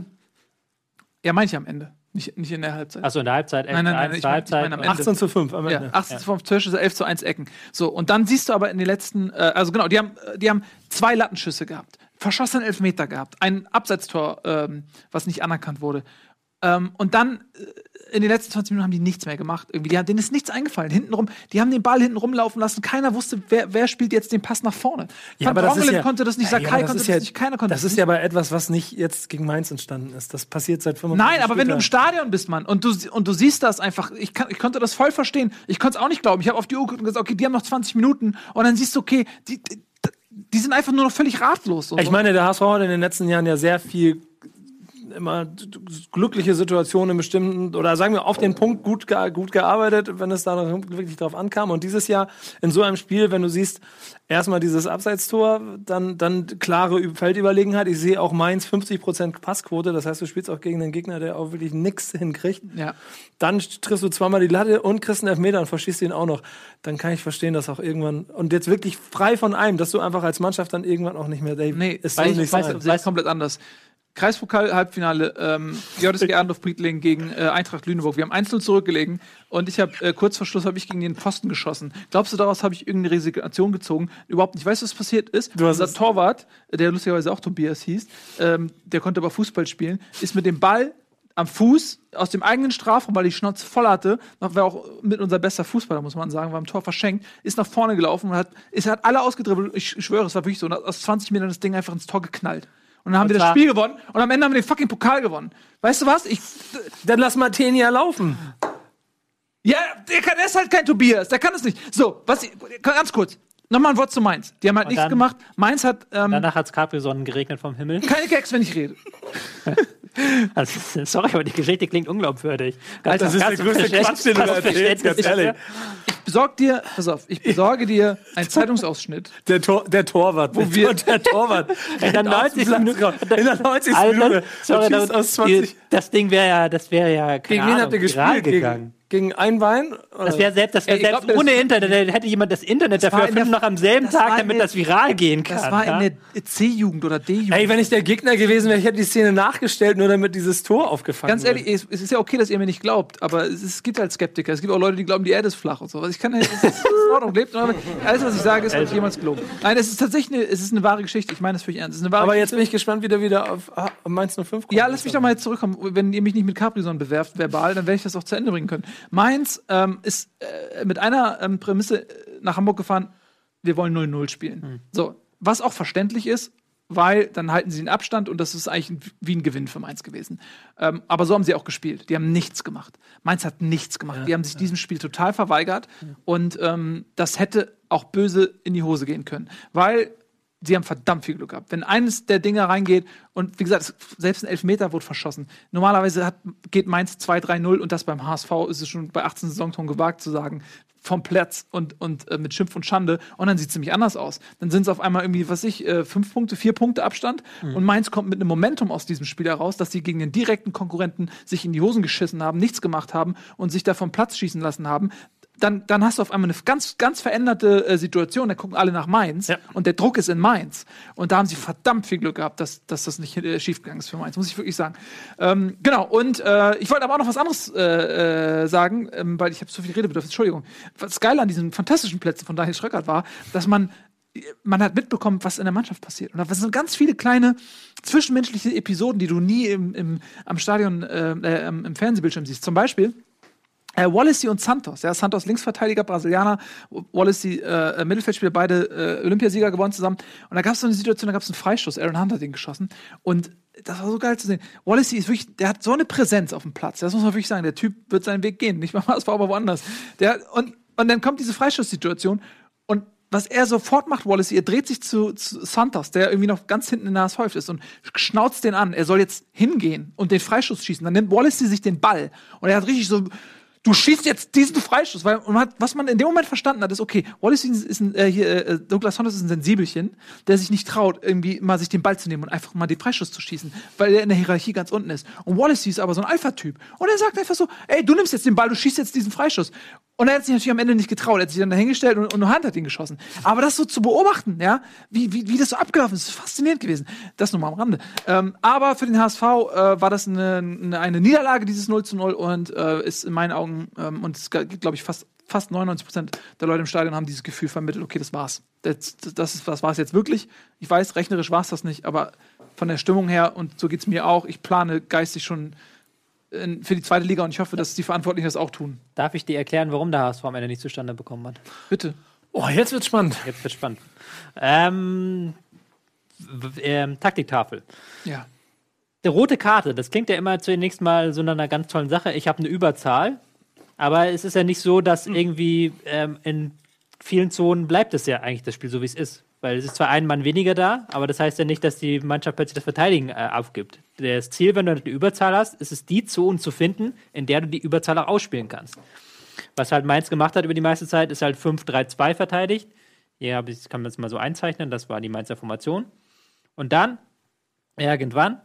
meine ich am Ende. Nicht in der Halbzeit. Achso, in der Halbzeit. Nein, ich meine am Ende. 18:5 am Ende. Ja, 18:5 Torschüsse, 11:1 Ecken. So, und dann siehst du aber in den letzten, die haben 2 Lattenschüsse gehabt, verschossenen Elfmeter gehabt, ein Abseitstor, was nicht anerkannt wurde. Und dann in den letzten 20 Minuten haben die nichts mehr gemacht. Irgendwie, denen ist nichts eingefallen. Hintenrum, die haben den Ball hinten rumlaufen lassen. Keiner wusste, wer spielt jetzt den Pass nach vorne. Ja, aber das konnte das nicht, Sakai konnte das nicht, keiner konnte das nicht. Das ist ja aber etwas, was nicht jetzt gegen Mainz entstanden ist. Das passiert seit 25 Jahren. Nein, aber wenn du im Stadion bist, Mann, und du siehst das einfach, ich konnte das voll verstehen. Ich konnte es auch nicht glauben. Ich habe auf die Uhr geguckt und gesagt, okay, die haben noch 20 Minuten. Und dann siehst du, okay, die sind einfach nur noch völlig ratlos. Ich meine, der HSV hat in den letzten Jahren ja sehr viel immer glückliche Situationen in bestimmten, oder sagen wir auf den Punkt gut gearbeitet, wenn es da wirklich drauf ankam. Und dieses Jahr in so einem Spiel, wenn du siehst, erstmal dieses Abseitstor, dann klare Feldüberlegenheit. Ich sehe auch Mainz 50% Passquote, das heißt, du spielst auch gegen einen Gegner, der auch wirklich nichts hinkriegt. Ja. Dann triffst du zweimal die Latte und kriegst einen Elfmeter und verschießt ihn auch noch. Dann kann ich verstehen, dass auch irgendwann, und jetzt wirklich frei von allem, dass du einfach als Mannschaft dann irgendwann auch nicht mehr, es soll nicht sein. Das ist komplett anders. Kreispokal-Halbfinale, JSG Arndorf-Briedling gegen Eintracht Lüneburg. Wir haben 1-0 zurückgelegen und ich habe kurz vor Schluss gegen den Pfosten geschossen. Glaubst du, daraus habe ich irgendeine Resignation gezogen? Überhaupt nicht. Weißt du, was passiert ist? Unser Torwart, der lustigerweise auch Tobias hieß, der konnte aber Fußball spielen, ist mit dem Ball am Fuß aus dem eigenen Strafraum, weil die Schnauze voll hatte, war auch mit unser bester Fußballer, muss man sagen, war im Tor verschenkt, ist nach vorne gelaufen und hat alle ausgedribbelt. Ich schwöre, es war wirklich so. Und aus 20 Metern das Ding einfach ins Tor geknallt. Und dann haben wir das Spiel gewonnen und am Ende haben wir den fucking Pokal gewonnen. Weißt du was? Dann lass Martenia laufen. Ja, der ist halt kein Tobias, der kann es nicht. So, ganz kurz. Nochmal ein Wort zu Mainz. Die haben halt nichts gemacht. Mainz hat. Danach hat es Capri-Sonnen geregnet vom Himmel. Keine Gags, wenn ich rede. Also, sorry, aber die Geschichte klingt unglaubwürdig. Alter, das ist der größte Quatsch, den du erzählst, ganz ehrlich. Ich besorge dir einen Zeitungsausschnitt. Der Torwart. Der Torwart. In der 90. Minute. Das Ding wäre ja gegen wen habt ihr gespielt? Gegangen. Gegen Einbein? Das wäre selbst ohne Internet. Hätte jemand das Internet dafür erfunden, noch am selben Tag, damit das viral gehen kann. Das war in der C-Jugend oder D-Jugend. Ey, wenn ich der Gegner gewesen wäre, ich hätte die Szene nachgestellt, nur damit dieses Tor aufgefangen wird. Ganz ehrlich, es ist ja okay, dass ihr mir nicht glaubt, aber es gibt halt Skeptiker. Es gibt auch Leute, die glauben, die Erde ist flach und so. Es ist in Ordnung, lebt. Alles, was ich sage, ist, habe ich jemals gelogen. Nein, es ist tatsächlich eine wahre Geschichte. Ich meine das völlig ernst. Aber jetzt bin ich gespannt, wie der wieder auf Mainz 05 kommt. Ja, lass mich doch mal jetzt zurückkommen. Wenn ihr mich nicht mit Capri-Sonnen bewerft, verbal, dann werde ich das auch zu Ende bringen können. Mainz ist mit einer Prämisse nach Hamburg gefahren, wir wollen 0-0 spielen. So, was auch verständlich ist, weil dann halten sie den Abstand und das ist eigentlich wie ein Gewinn für Mainz gewesen. Aber so haben sie auch gespielt. Die haben nichts gemacht. Mainz hat nichts gemacht. Die haben sich diesem Spiel total verweigert und das hätte auch böse in die Hose gehen können. Weil sie haben verdammt viel Glück gehabt. Wenn eines der Dinger reingeht und wie gesagt, selbst ein Elfmeter wurde verschossen. Normalerweise geht Mainz 2-3-0 und das beim HSV ist es schon bei 18 Saisontoren gewagt zu sagen, vom Platz und mit Schimpf und Schande. Und dann sieht es ziemlich anders aus. Dann sind es auf einmal irgendwie, 5 Punkte, 4 Punkte Abstand. Und Mainz kommt mit einem Momentum aus diesem Spiel heraus, dass sie gegen den direkten Konkurrenten sich in die Hosen geschissen haben, nichts gemacht haben und sich da vom Platz schießen lassen haben. Dann hast du auf einmal eine ganz, ganz veränderte Situation. Da gucken alle nach Mainz und der Druck ist in Mainz. Und da haben sie verdammt viel Glück gehabt, dass das nicht schiefgegangen ist für Mainz, muss ich wirklich sagen. Genau, und ich wollte aber auch noch was anderes sagen, weil ich habe so viel Redebedürfnis. Entschuldigung. Was geil an diesen fantastischen Plätzen von Daniel Schröckert war, dass man hat mitbekommen, was in der Mannschaft passiert. Und da sind ganz viele kleine zwischenmenschliche Episoden, die du nie am Stadion, im Fernsehbildschirm siehst. Zum Beispiel Wallacey und Santos. Santos Linksverteidiger, Brasilianer, Wallacey Mittelfeldspieler, beide Olympiasieger gewonnen zusammen. Und da gab es so eine Situation, da gab es einen Freistoß. Aaron Hunt hat den geschossen. Und das war so geil zu sehen. Wallacey ist wirklich, der hat so eine Präsenz auf dem Platz. Das muss man wirklich sagen. Der Typ wird seinen Weg gehen. Nicht mal was, aber woanders. Und dann kommt diese Freistoßsituation. Und was er sofort macht, Wallacey, er dreht sich zu Santos, der irgendwie noch ganz hinten in der Häuft ist und schnauzt den an. Er soll jetzt hingehen und den Freistoß schießen. Dann nimmt Wallacey sich den Ball. Und er hat richtig so, du schießt jetzt diesen Freistoß, weil was man in dem Moment verstanden hat, ist, okay, Wallacey Douglas Santos ist ein Sensibelchen, der sich nicht traut, irgendwie mal sich den Ball zu nehmen und einfach mal den Freistoß zu schießen, weil er in der Hierarchie ganz unten ist. Und Wallacey ist aber so ein Alpha-Typ. Und er sagt einfach so, ey, du nimmst jetzt den Ball, du schießt jetzt diesen Freistoß. Und er hat sich natürlich am Ende nicht getraut. Er hat sich dann dahingestellt und nur Hand hat ihn geschossen. Aber das so zu beobachten, ja, wie das so abgelaufen ist faszinierend gewesen. Das nur mal am Rande. Aber für den HSV war das eine Niederlage, dieses 0-0 und ist in meinen Augen, und es gibt, glaube ich, fast 99% der Leute im Stadion haben dieses Gefühl vermittelt, okay, das war's. Das war's jetzt wirklich. Ich weiß, rechnerisch war's das nicht, aber von der Stimmung her, und so geht's mir auch, ich plane geistig schon für die zweite Liga und ich hoffe, dass die Verantwortlichen das auch tun. Darf ich dir erklären, warum der HSV am Ende nicht zustande bekommen hat? Bitte. Oh, jetzt wird's spannend. Jetzt wird's spannend. Taktiktafel. Ja. Die rote Karte, das klingt ja immer zunächst mal so nach einer ganz tollen Sache. Ich habe eine Überzahl, aber es ist ja nicht so, dass irgendwie in vielen Zonen bleibt es ja eigentlich das Spiel so, wie es ist. Weil es ist zwar ein Mann weniger da, aber das heißt ja nicht, dass die Mannschaft plötzlich das Verteidigen aufgibt. Das Ziel, wenn du eine Überzahl hast, ist es, die Zone zu finden, in der du die Überzahl auch ausspielen kannst. Was halt Mainz gemacht hat über die meiste Zeit, ist halt 5-3-2 verteidigt. Hier kann man es mal so einzeichnen, das war die Mainzer Formation. Und dann, irgendwann,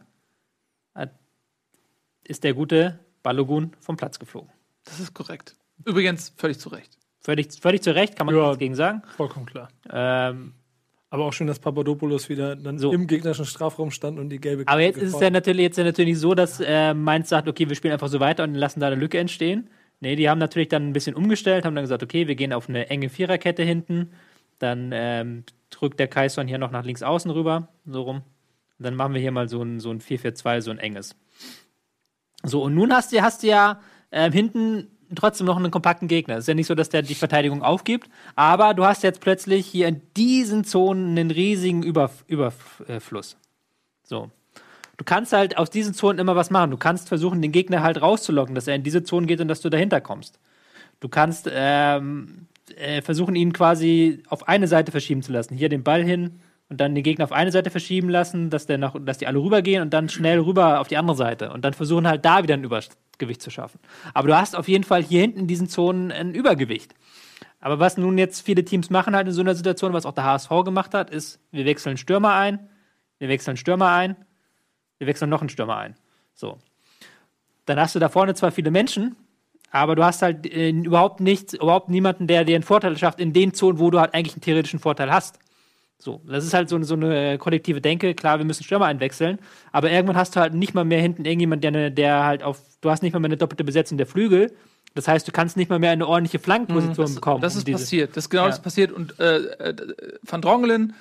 ist der gute Balogun vom Platz geflogen. Das ist korrekt. Übrigens völlig zu Recht. Völlig zu Recht, kann man nichts gegen sagen. Vollkommen klar. Aber auch schön, dass Papadopoulos wieder dann im gegnerischen Strafraum stand und die gelbe Karte. Aber jetzt ist es ja natürlich nicht so, dass Mainz sagt, okay, wir spielen einfach so weiter und lassen da eine Lücke entstehen. Nee, die haben natürlich dann ein bisschen umgestellt, haben dann gesagt, okay, wir gehen auf eine enge Viererkette hinten. Dann drückt der Kaisson hier noch nach links außen rüber, so rum. Und dann machen wir hier mal so ein 4-4-2, so ein enges. So, und nun hast du ja hinten trotzdem noch einen kompakten Gegner. Es ist ja nicht so, dass der die Verteidigung aufgibt, aber du hast jetzt plötzlich hier in diesen Zonen einen riesigen Überfluss. So. Du kannst halt aus diesen Zonen immer was machen. Du kannst versuchen, den Gegner halt rauszulocken, dass er in diese Zonen geht und dass du dahinter kommst. Du kannst versuchen, ihn quasi auf eine Seite verschieben zu lassen. Hier den Ball hin und dann den Gegner auf eine Seite verschieben lassen, dass die alle rübergehen und dann schnell rüber auf die andere Seite. Und dann versuchen halt da wieder ein Übergewicht zu schaffen. Aber du hast auf jeden Fall hier hinten in diesen Zonen ein Übergewicht. Aber was nun jetzt viele Teams machen halt in so einer Situation, was auch der HSV gemacht hat, ist, wir wechseln Stürmer ein, wir wechseln noch einen Stürmer ein. So. Dann hast du da vorne zwar viele Menschen, aber du hast halt überhaupt niemanden, der dir einen Vorteil schafft in den Zonen, wo du halt eigentlich einen theoretischen Vorteil hast. So, das ist halt so eine kollektive Denke. Klar, wir müssen Stürmer einwechseln, aber irgendwann hast du halt nicht mal mehr hinten irgendjemand, der halt du hast nicht mal mehr eine doppelte Besetzung der Flügel. Das heißt, du kannst nicht mal mehr eine ordentliche Flankenposition bekommen. Das ist passiert. Das ist genau das passiert. Und Van Drongelen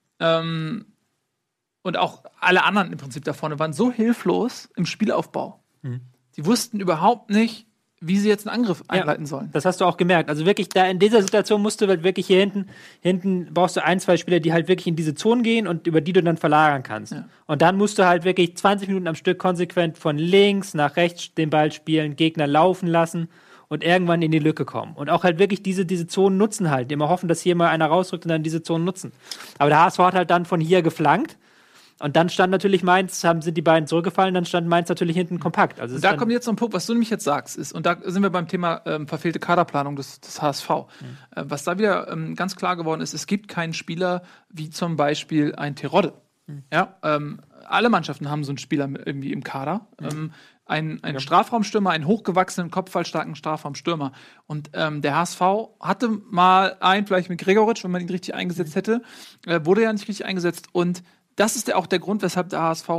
und auch alle anderen im Prinzip da vorne waren so hilflos im Spielaufbau. Die wussten überhaupt nicht, wie sie jetzt einen Angriff einleiten sollen. Das hast du auch gemerkt. Also wirklich, da in dieser Situation musst du halt wirklich hier hinten brauchst du 1, 2 Spieler, die halt wirklich in diese Zonen gehen und über die du dann verlagern kannst. Ja. Und dann musst du halt wirklich 20 Minuten am Stück konsequent von links nach rechts den Ball spielen, Gegner laufen lassen und irgendwann in die Lücke kommen. Und auch halt wirklich diese Zonen nutzen halt. Immer hoffen, dass hier mal einer rausrückt und dann diese Zonen nutzen. Aber der HSV hat halt dann von hier geflankt. Und dann stand natürlich Mainz, sind die beiden zurückgefallen, dann stand Mainz natürlich hinten kompakt. Also da kommt jetzt so ein Punkt, was du nämlich jetzt sagst, ist, und da sind wir beim Thema verfehlte Kaderplanung des HSV. Was da wieder ganz klar geworden ist, es gibt keinen Spieler wie zum Beispiel ein Terodde. Ja, alle Mannschaften haben so einen Spieler irgendwie im Kader. Einen Strafraumstürmer, einen hochgewachsenen, kopfballstarken Strafraumstürmer. Und der HSV hatte mal einen, vielleicht mit Gregoritsch, wenn man ihn richtig eingesetzt hätte, wurde ja nicht richtig eingesetzt. Und das ist auch der Grund, weshalb der HSV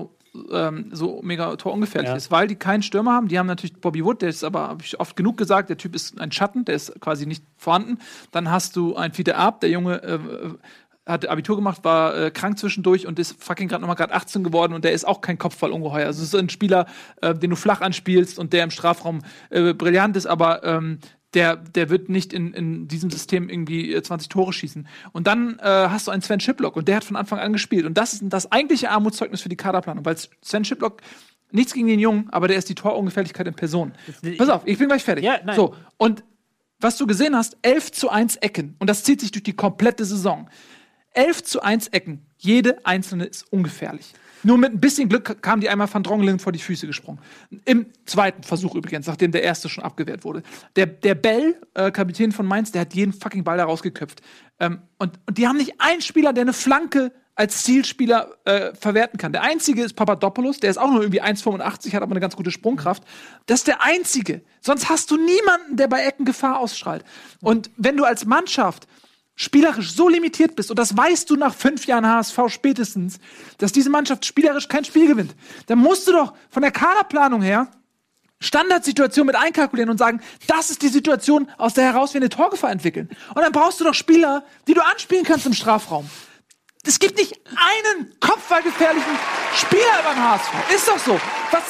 so mega torungefährlich ist, weil die keinen Stürmer haben. Die haben natürlich Bobby Wood, der ist aber, habe ich oft genug gesagt, der Typ ist ein Schatten, der ist quasi nicht vorhanden. Dann hast du einen Fiete Arp, der Junge hat Abitur gemacht, war krank zwischendurch und ist fucking gerade 18 geworden und der ist auch kein Kopfballungeheuer. Also es ist ein Spieler, den du flach anspielst und der im Strafraum brillant ist, aber der wird nicht in diesem System irgendwie 20 Tore schießen. Und dann hast du einen Sven Schiplock und der hat von Anfang an gespielt. Und das ist das eigentliche Armutszeugnis für die Kaderplanung, weil Sven Schiplock, nichts gegen den Jungen, aber der ist die Torungefährlichkeit in Person. Pass auf, ich bin gleich fertig. Ja, nein. So, und was du gesehen hast, 11:1 Ecken. Und das zieht sich durch die komplette Saison. 11:1 Ecken. Jede einzelne ist ungefährlich. Nur mit ein bisschen Glück kam die einmal Van Drongelen vor die Füße gesprungen. Im zweiten Versuch übrigens, nachdem der erste schon abgewehrt wurde. Der Bell, Kapitän von Mainz, der hat jeden fucking Ball da rausgeköpft. Und die haben nicht einen Spieler, der eine Flanke als Zielspieler verwerten kann. Der einzige ist Papadopoulos, der ist auch nur irgendwie 1,85, hat aber eine ganz gute Sprungkraft. Das ist der einzige. Sonst hast du niemanden, der bei Ecken Gefahr ausstrahlt. Und wenn du als Mannschaft spielerisch so limitiert bist, und das weißt du nach 5 Jahren HSV spätestens, dass diese Mannschaft spielerisch kein Spiel gewinnt, dann musst du doch von der Kaderplanung her Standardsituation mit einkalkulieren und sagen, das ist die Situation, aus der heraus wir eine Torgefahr entwickeln. Und dann brauchst du doch Spieler, die du anspielen kannst im Strafraum. Es gibt nicht einen kopfballgefährlichen Spieler beim HSV. Ist doch so.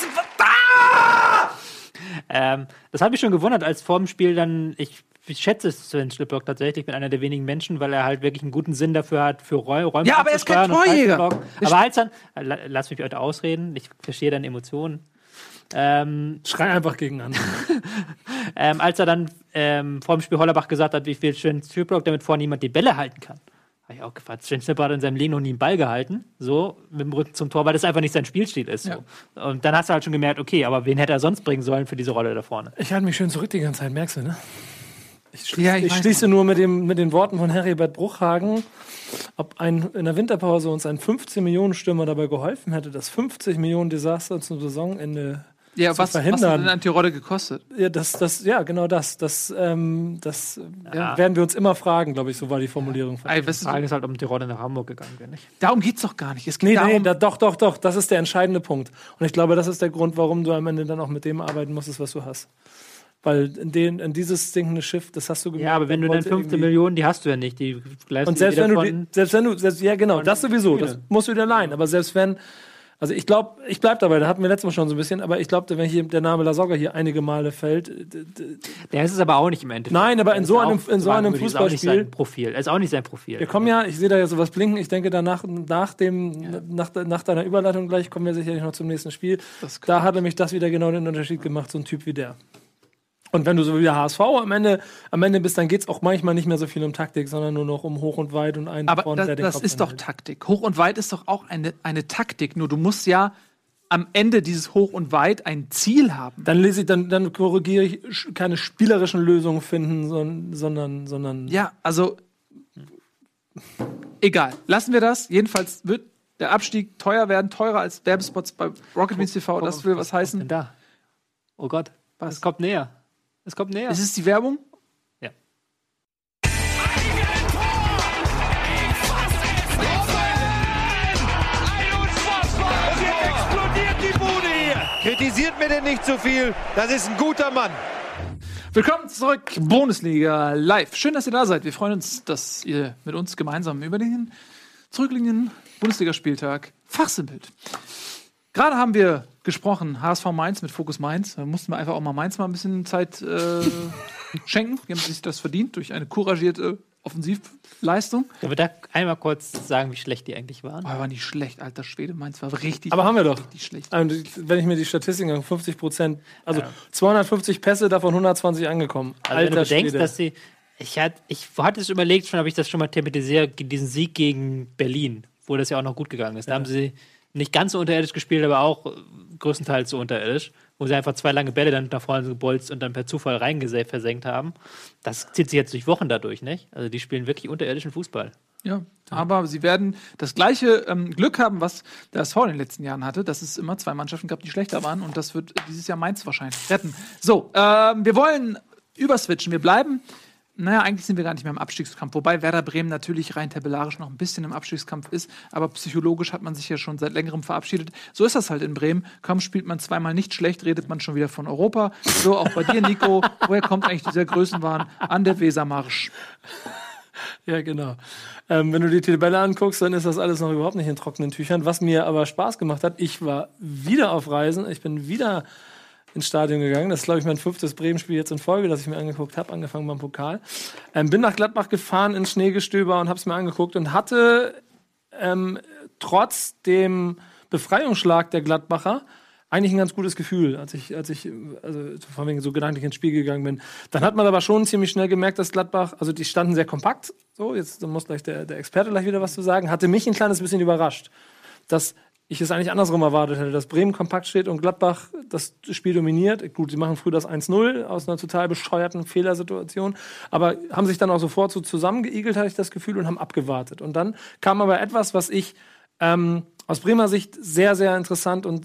Das habe ich schon gewundert, als vor dem Spiel dann, ich schätze Sven Schiplock tatsächlich, bin einer der wenigen Menschen, weil er halt wirklich einen guten Sinn dafür hat, für Räume. Ja, aber er ist kein Torjäger. Aber als dann, lass mich heute ausreden, ich verstehe deine Emotionen. Schrei einfach gegen an. Als er dann vor dem Spiel Hollerbach gesagt hat, wie viel Sven Schiplock, damit vorne niemand die Bälle halten kann. Habe ich auch gefragt. Sven Schiplock hat in seinem Leben noch nie einen Ball gehalten, so mit dem Rücken zum Tor, weil das einfach nicht sein Spielstil ist. So. Ja. Und dann hast du halt schon gemerkt, okay, aber wen hätte er sonst bringen sollen für diese Rolle da vorne? Ich halte mich schön zurück die ganze Zeit, merkst du, ne? Ich schließe nur mit den Worten von Heribert Bruchhagen, ob in der Winterpause uns ein 15-Millionen-Stürmer dabei geholfen hätte, das 50-Millionen-Desaster zum Saisonende zu verhindern. Was hat denn ein Tirode gekostet? Ja, genau das. Das werden wir uns immer fragen, glaube ich, so war die Formulierung. Die Frage ist halt, ob ein Tirode nach Hamburg gegangen wäre, nicht? Darum geht's doch gar nicht. Es geht doch. Das ist der entscheidende Punkt. Und ich glaube, das ist der Grund, warum du am Ende dann auch mit dem arbeiten musstest, was du hast. Weil in dieses sinkende Schiff, das hast du gemacht. Ja, aber wenn du dann 15 Millionen, die hast du ja nicht. Die und selbst wenn du, ja genau, das sowieso, das musst du wieder leihen. Aber selbst wenn, also ich glaube, ich bleib dabei, da hatten wir letztes Mal schon so ein bisschen, aber ich glaube, wenn hier der Name Lasogga hier einige Male fällt. Der ist es aber auch nicht im Endeffekt. Nein, aber in so einem Fußballspiel. Er ist auch nicht sein Profil. Wir kommen ja, ich sehe da ja sowas blinken, ich denke danach, nach deiner Überleitung gleich, kommen wir sicherlich noch zum nächsten Spiel. Da hat nämlich das wieder genau den Unterschied gemacht, so ein Typ wie der. Und wenn du so wie der HSV am Ende bist, dann geht es auch manchmal nicht mehr so viel um Taktik, sondern nur noch um hoch und weit und einen aber vorne, der den Kopf das ist doch Taktik. Hoch und weit ist doch auch eine Taktik. Nur du musst ja am Ende dieses Hoch und Weit ein Ziel haben. Dann korrigiere ich, keine spielerischen Lösungen finden, sondern ja, also egal. Lassen wir das. Jedenfalls wird der Abstieg teuer werden, teurer als Werbespots bei Rocket Beans TV. Das will was heißen. Was denn da? Oh Gott, was? Es kommt näher. Es kommt näher. Ist es die Werbung? Ja. Und jetzt explodiert die Bude hier. Kritisiert mir denn nicht zu viel. Das ist ein guter Mann. Willkommen zurück, Bundesliga live. Schön, dass ihr da seid. Wir freuen uns, dass ihr mit uns gemeinsam über den zurückliegenden Bundesligaspieltag fachsimpelt. Gerade haben wir gesprochen, HSV Mainz mit Fokus Mainz. Da mussten wir einfach auch mal Mainz mal ein bisschen Zeit schenken. Die haben sich das verdient durch eine couragierte Offensivleistung. Ich würde da einmal kurz sagen, wie schlecht die eigentlich waren. Aber war nicht schlecht, alter Schwede. Mainz war richtig, Aber haben wir doch. richtig schlecht. Wenn ich mir die Statistiken angucke, 50%, also 250 Pässe, davon 120 angekommen. Also wenn du bedenkst, Schwede. dass sie. Ich hatte es überlegt, schon habe ich das schon mal thematisiert, diesen Sieg gegen Berlin, wo das ja auch noch gut gegangen ist. Da haben sie nicht ganz so unterirdisch gespielt, aber auch größtenteils so unterirdisch, wo sie einfach 2 lange Bälle dann nach vorne gebolzt und dann per Zufall versenkt haben. Das zieht sich jetzt durch Wochen dadurch, nicht? Also die spielen wirklich unterirdischen Fußball. Ja, aber sie werden das gleiche Glück haben, was der SV in den letzten Jahren hatte, dass es immer 2 Mannschaften gab, die schlechter waren, und das wird dieses Jahr Mainz wahrscheinlich retten. So, wir wollen überswitchen. Wir bleiben. Naja, eigentlich sind wir gar nicht mehr im Abstiegskampf. Wobei Werder Bremen natürlich rein tabellarisch noch ein bisschen im Abstiegskampf ist. Aber psychologisch hat man sich ja schon seit längerem verabschiedet. So ist das halt in Bremen. Kaum spielt man zweimal nicht schlecht, redet man schon wieder von Europa. So auch bei dir, Nico. Woher kommt eigentlich dieser Größenwahn an der Wesermarsch? Ja, genau. Wenn du die Tabelle anguckst, dann ist das alles noch überhaupt nicht in trockenen Tüchern. Was mir aber Spaß gemacht hat, ich war wieder auf Reisen. Ich bin wieder ins Stadion gegangen. Das ist, glaube ich, mein 5. Bremen-Spiel jetzt in Folge, das ich mir angeguckt habe, angefangen beim Pokal. Bin nach Gladbach gefahren ins Schneegestöber und habe es mir angeguckt und hatte trotz dem Befreiungsschlag der Gladbacher eigentlich ein ganz gutes Gefühl, als ich vor wegen so gedanklich ins Spiel gegangen bin. Dann hat man aber schon ziemlich schnell gemerkt, dass Gladbach, also die standen sehr kompakt, so, jetzt muss gleich der Experte gleich wieder was zu sagen, hatte mich ein kleines bisschen überrascht, dass ich es eigentlich andersrum erwartet hätte, dass Bremen kompakt steht und Gladbach das Spiel dominiert. Gut, sie machen früh das 1-0 aus einer total bescheuerten Fehlersituation, aber haben sich dann auch sofort so zusammengeigelt, hatte ich das Gefühl, und haben abgewartet. Und dann kam aber etwas, was ich aus Bremer Sicht sehr, sehr interessant und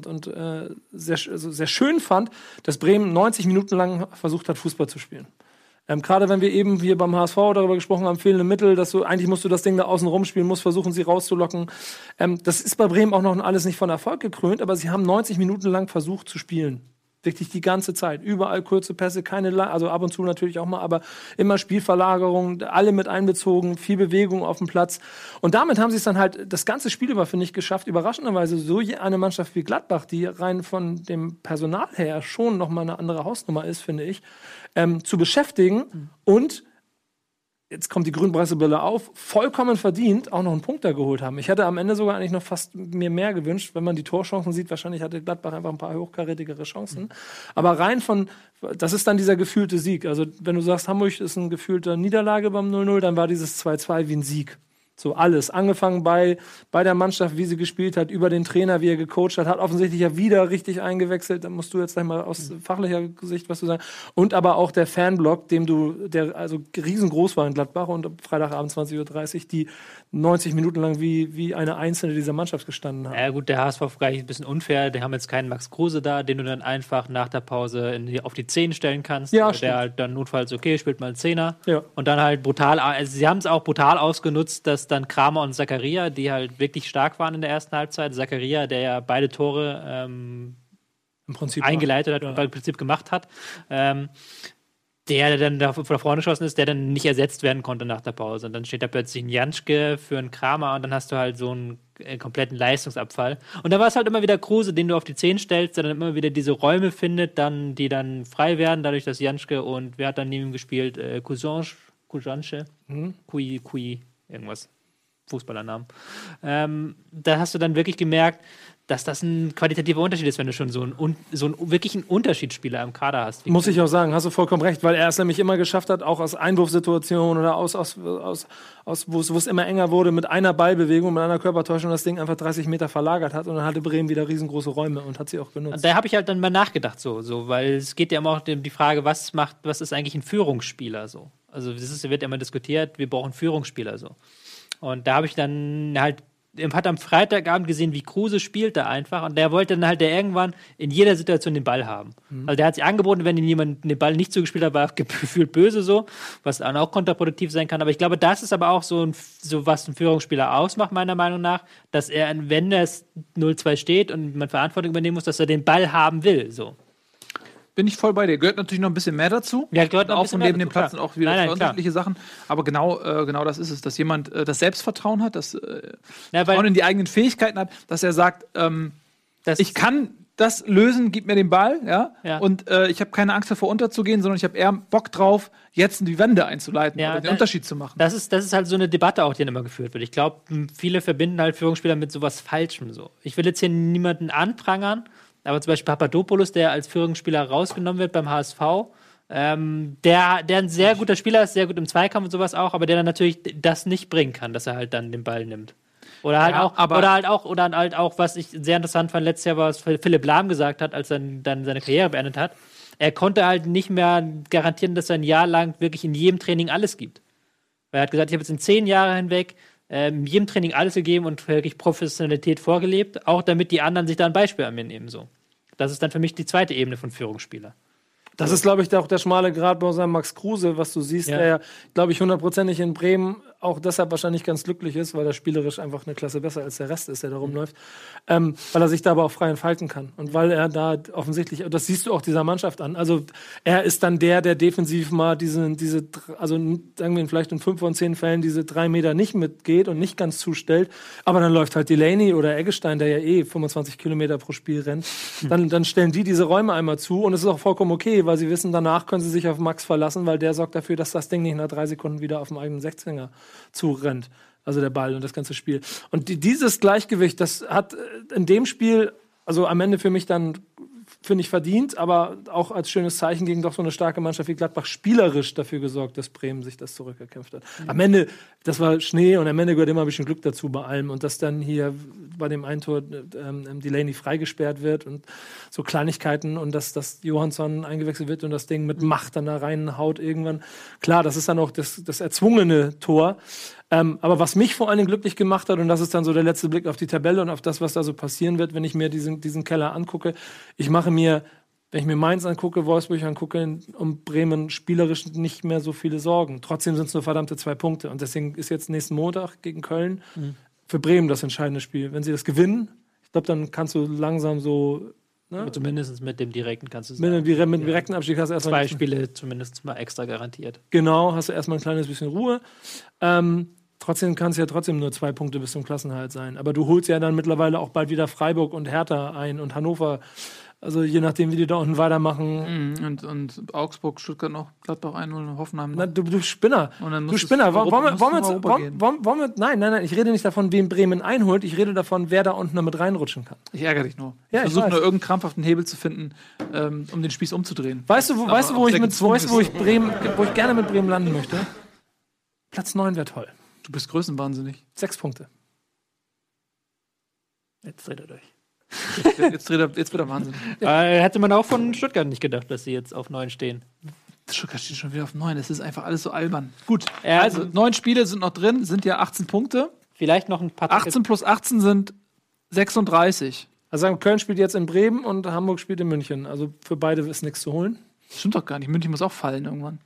sehr schön fand, dass Bremen 90 Minuten lang versucht hat, Fußball zu spielen. Gerade wenn wir eben hier beim HSV darüber gesprochen haben, fehlende Mittel, dass eigentlich musst du das Ding da außen rumspielen, musst versuchen, sie rauszulocken. Das ist bei Bremen auch noch alles nicht von Erfolg gekrönt, aber sie haben 90 Minuten lang versucht zu spielen. Wirklich die ganze Zeit. Überall kurze Pässe, also ab und zu natürlich auch mal, aber immer Spielverlagerung, alle mit einbezogen, viel Bewegung auf dem Platz. Und damit haben sie es dann halt das ganze Spiel über, finde ich, geschafft, überraschenderweise so eine Mannschaft wie Gladbach, die rein von dem Personal her schon nochmal eine andere Hausnummer ist, finde ich, zu beschäftigen und jetzt kommt die Grün-Weiße-Brille auf, vollkommen verdient auch noch einen Punkt da geholt haben. Ich hätte am Ende sogar eigentlich noch fast mir mehr gewünscht, wenn man die Torchancen sieht. Wahrscheinlich hatte Gladbach einfach ein paar hochkarätigere Chancen. Aber rein das ist dann dieser gefühlte Sieg. Also wenn du sagst, Hamburg ist eine gefühlte Niederlage beim 0-0, dann war dieses 2-2 wie ein Sieg. So alles. Angefangen bei der Mannschaft, wie sie gespielt hat, über den Trainer, wie er gecoacht hat offensichtlich ja wieder richtig eingewechselt. Da musst du jetzt gleich mal aus fachlicher Sicht was zu sagen. Und aber auch der Fanblock, der also riesengroß war in Gladbach und Freitagabend 20:30 Uhr, die 90 Minuten lang wie eine einzelne dieser Mannschaft gestanden haben. Ja gut, der HSV vielleicht ein bisschen unfair. Die haben jetzt keinen Max Kruse da, den du dann einfach nach der Pause auf die 10 stellen kannst. Ja, der halt dann notfalls, okay, spielt mal einen Zehner. Ja. Und dann halt brutal, also sie haben es auch brutal ausgenutzt, dass dann Kramer und Zakaria, die halt wirklich stark waren in der ersten Halbzeit. Zakaria, der ja beide Tore Im Prinzip eingeleitet hat und im Prinzip gemacht hat. Der dann da vorne geschossen ist, der dann nicht ersetzt werden konnte nach der Pause. Und dann steht da plötzlich ein Janschke für einen Kramer und dann hast du halt so einen kompletten Leistungsabfall. Und da war es halt immer wieder Kruse, den du auf die 10 stellst, der dann immer wieder diese Räume findet, die dann frei werden, dadurch, dass Janschke und wer hat dann neben ihm gespielt? Kujanche? Kui, irgendwas. Fußballernamen. Da hast du dann wirklich gemerkt, dass das ein qualitativer Unterschied ist, wenn du schon so einen wirklichen Unterschiedsspieler im Kader hast. Muss ich auch sagen, hast du vollkommen recht, weil er es nämlich immer geschafft hat, auch aus Einwurfsituationen oder wo es immer enger wurde, mit einer Ballbewegung, mit einer Körpertäuschung das Ding einfach 30 Meter verlagert hat und dann hatte Bremen wieder riesengroße Räume und hat sie auch benutzt. Da habe ich halt dann mal nachgedacht, so, weil es geht ja immer auch um die Frage, was ist eigentlich ein Führungsspieler so? Also wird ja immer diskutiert, wir brauchen Führungsspieler so. Und da habe ich dann halt hat am Freitagabend gesehen, wie Kruse spielt da einfach und der wollte dann halt irgendwann in jeder Situation den Ball haben. Also der hat sich angeboten, wenn ihm jemand den Ball nicht zugespielt hat, war er gefühlt böse so, was dann auch kontraproduktiv sein kann. Aber ich glaube, das ist aber auch so was ein Führungsspieler ausmacht, meiner Meinung nach, dass er, wenn es 0-2 steht und man Verantwortung übernehmen muss, dass er den Ball haben will, so. Bin ich voll bei dir. Gehört natürlich noch ein bisschen mehr dazu. Ja, gehört noch ein auch bisschen von mehr neben dem dazu, Platz klar. und auch wieder Nein, unterschiedliche Sachen. Aber genau das ist es, dass jemand das Selbstvertrauen hat, das weil Vertrauen in die eigenen Fähigkeiten hat, dass er sagt, Ich kann das lösen, gib mir den Ball, ja. Ja. Und ich habe keine Angst davor, unterzugehen, sondern ich habe eher Bock drauf, jetzt die Wende einzuleiten oder den Unterschied zu machen. Das ist halt so eine Debatte auch, die dann immer geführt wird. Ich glaube, viele verbinden halt Führungsspieler mit sowas Falschem so. Ich will jetzt hier niemanden anprangern, aber zum Beispiel Papadopoulos, der als Führungsspieler rausgenommen wird beim HSV, der ein sehr guter Spieler ist, sehr gut im Zweikampf und sowas auch, aber der dann natürlich das nicht bringen kann, dass er halt dann den Ball nimmt. Oder halt auch, was ich sehr interessant fand letztes Jahr, was Philipp Lahm gesagt hat, als er dann seine Karriere beendet hat. Er konnte halt nicht mehr garantieren, dass er ein Jahr lang wirklich in jedem Training alles gibt. Weil er hat gesagt, ich habe jetzt in 10 Jahren hinweg in jedem Training alles gegeben und wirklich Professionalität vorgelebt, auch damit die anderen sich da ein Beispiel an mir nehmen. So. Das ist dann für mich die zweite Ebene von Führungsspieler. Das ist, glaube ich, auch der schmale Grat bei unserem Max Kruse, was du siehst, der ja, glaube ich, 100%ig in Bremen auch deshalb wahrscheinlich ganz glücklich ist, weil er spielerisch einfach eine Klasse besser als der Rest ist, der da rumläuft. Weil er sich da aber auch frei entfalten kann. Und weil er da offensichtlich, das siehst du auch dieser Mannschaft an, also er ist dann der defensiv mal also sagen wir vielleicht in 5 von 10 Fällen diese 3 Meter nicht mitgeht und nicht ganz zustellt, aber dann läuft halt Delaney oder Eggestein, der ja 25 Kilometer pro Spiel rennt, dann stellen die diese Räume einmal zu und es ist auch vollkommen okay, weil sie wissen, danach können sie sich auf Max verlassen, weil der sorgt dafür, dass das Ding nicht nach 3 Sekunden wieder auf dem eigenen 16er zurennt. Also der Ball und das ganze Spiel. Und dieses Gleichgewicht, das hat in dem Spiel, also am Ende für mich dann, finde ich, verdient, aber auch als schönes Zeichen gegen doch so eine starke Mannschaft wie Gladbach spielerisch dafür gesorgt, dass Bremen sich das zurückerkämpft hat. Am Ende, das war Schnee und am Ende gehört immer ein bisschen Glück dazu bei allem und dass dann hier bei dem einen Tor Delaney freigesperrt wird und so Kleinigkeiten und dass Johansson eingewechselt wird und das Ding mit Macht dann da reinhaut irgendwann. Klar, das ist dann auch das erzwungene Tor. Aber was mich vor allen Dingen glücklich gemacht hat, und das ist dann so der letzte Blick auf die Tabelle und auf das, was da so passieren wird, wenn ich mir diesen Keller angucke. Wenn ich mir Mainz angucke, Wolfsburg angucke, um Bremen spielerisch nicht mehr so viele Sorgen. Trotzdem sind es nur verdammte 2 Punkte. Und deswegen ist jetzt nächsten Montag gegen Köln für Bremen das entscheidende Spiel. Wenn sie das gewinnen, ich glaube, dann kannst du langsam so... Ne? Zumindest mit dem direkten kannst du sagen. Mit dem direkten Abstieg hast du erstmal... 2 Spiele zumindest mal extra garantiert. Genau, hast du erstmal ein kleines bisschen Ruhe. Trotzdem kann es ja trotzdem nur 2 Punkte bis zum Klassenerhalt sein. Aber du holst ja dann mittlerweile auch bald wieder Freiburg und Hertha ein und Hannover. Also je nachdem, wie die da unten weitermachen. Und Augsburg, Stuttgart noch, Gladbach 1-0, Hoffenheim noch. Na, du Spinner. Du Spinner. Nein, ich rede nicht davon, wen Bremen einholt. Ich rede davon, wer da unten damit reinrutschen kann. Ich ärgere dich nur. Ja, ich versuche nur irgendeinen krampfhaften Hebel zu finden, um den Spieß umzudrehen. Weißt du, wo ich gerne mit Bremen landen möchte? Platz 9 wäre toll. Du bist größenwahnsinnig. 6 Punkte. Jetzt dreht er durch. Jetzt wird er wahnsinnig. Hätte man auch von Stuttgart nicht gedacht, dass sie jetzt auf 9 stehen. Stuttgart steht schon wieder auf 9. Das ist einfach alles so albern. Gut, also 9 Spiele sind noch drin, sind ja 18 Punkte. Vielleicht noch ein paar 18 plus 18 sind 36. Also sagen, Köln spielt jetzt in Bremen und Hamburg spielt in München. Also für beide ist nichts zu holen. Stimmt doch gar nicht. München muss auch fallen irgendwann.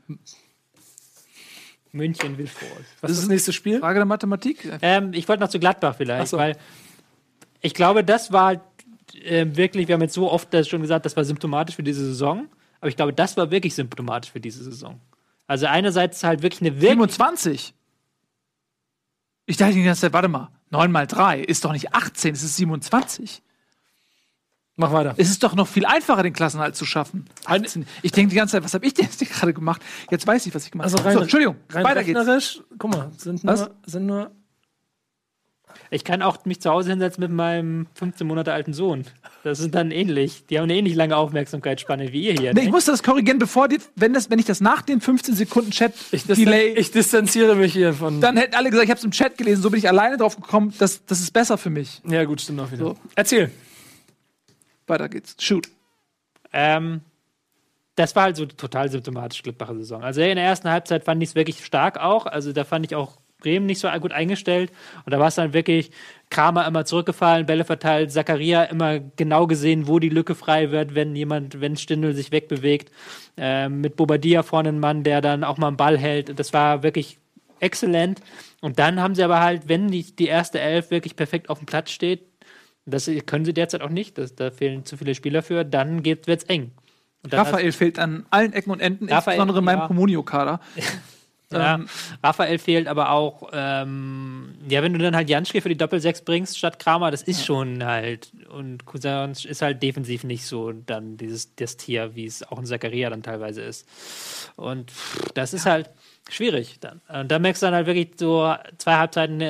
München will vor. Was ist das nächste Spiel? Frage der Mathematik. Ich wollte noch zu Gladbach vielleicht, so. Weil ich glaube, das war wirklich, wir haben jetzt so oft das schon gesagt, das war symptomatisch für diese Saison, aber ich glaube, das war wirklich symptomatisch für diese Saison. Also einerseits halt wirklich eine 27? Ich dachte die ganze Zeit, warte mal, 9 mal 3 ist doch nicht 18, es ist 27. Mach weiter. Es ist doch noch viel einfacher, den Klassenerhalt zu schaffen. 18. Ich denke die ganze Zeit, was habe ich denn jetzt gerade gemacht? Jetzt weiß ich, was ich gemacht habe. Entschuldigung, weiter geht's. Guck mal, sind nur Ich kann auch mich zu Hause hinsetzen mit meinem 15 Monate alten Sohn. Das ist dann ähnlich. Die haben eine ähnlich lange Aufmerksamkeitsspanne wie ihr hier. Nee, ich musste das korrigieren, wenn ich das nach den 15 Sekunden Chat Delay. Ich distanziere mich hier von. Dann hätten alle gesagt, ich habe es im Chat gelesen, so bin ich alleine drauf gekommen, das ist besser für mich. Ja, gut, stimmt auch wieder. So. Erzähl. Weiter geht's. Shoot. Das war halt so total symptomatisch Gladbacher Saison. Also in der ersten Halbzeit fand ich es wirklich stark auch. Also da fand ich auch Bremen nicht so gut eingestellt. Und da war es dann wirklich Kramer immer zurückgefallen, Bälle verteilt, Zakaria immer genau gesehen, wo die Lücke frei wird, wenn Stindl sich wegbewegt. Mit Bobadilla vorne ein Mann, der dann auch mal einen Ball hält. Das war wirklich exzellent. Und dann haben sie aber halt, wenn die erste Elf wirklich perfekt auf dem Platz steht, das können sie derzeit auch nicht, da fehlen zu viele Spieler für, dann wird es eng. Raphael fehlt an allen Ecken und Enden, insbesondere in meinem Comunio-Kader. Ja, Raphael fehlt, aber auch, wenn du dann halt Janschke für die Doppel-6 bringst statt Kramer, das ist schon halt, und Cousins ist halt defensiv nicht so dann das Tier, wie es auch in Zakaria dann teilweise ist. Und das ist halt schwierig dann. Und da merkst du dann halt wirklich so 2 Halbzeiten,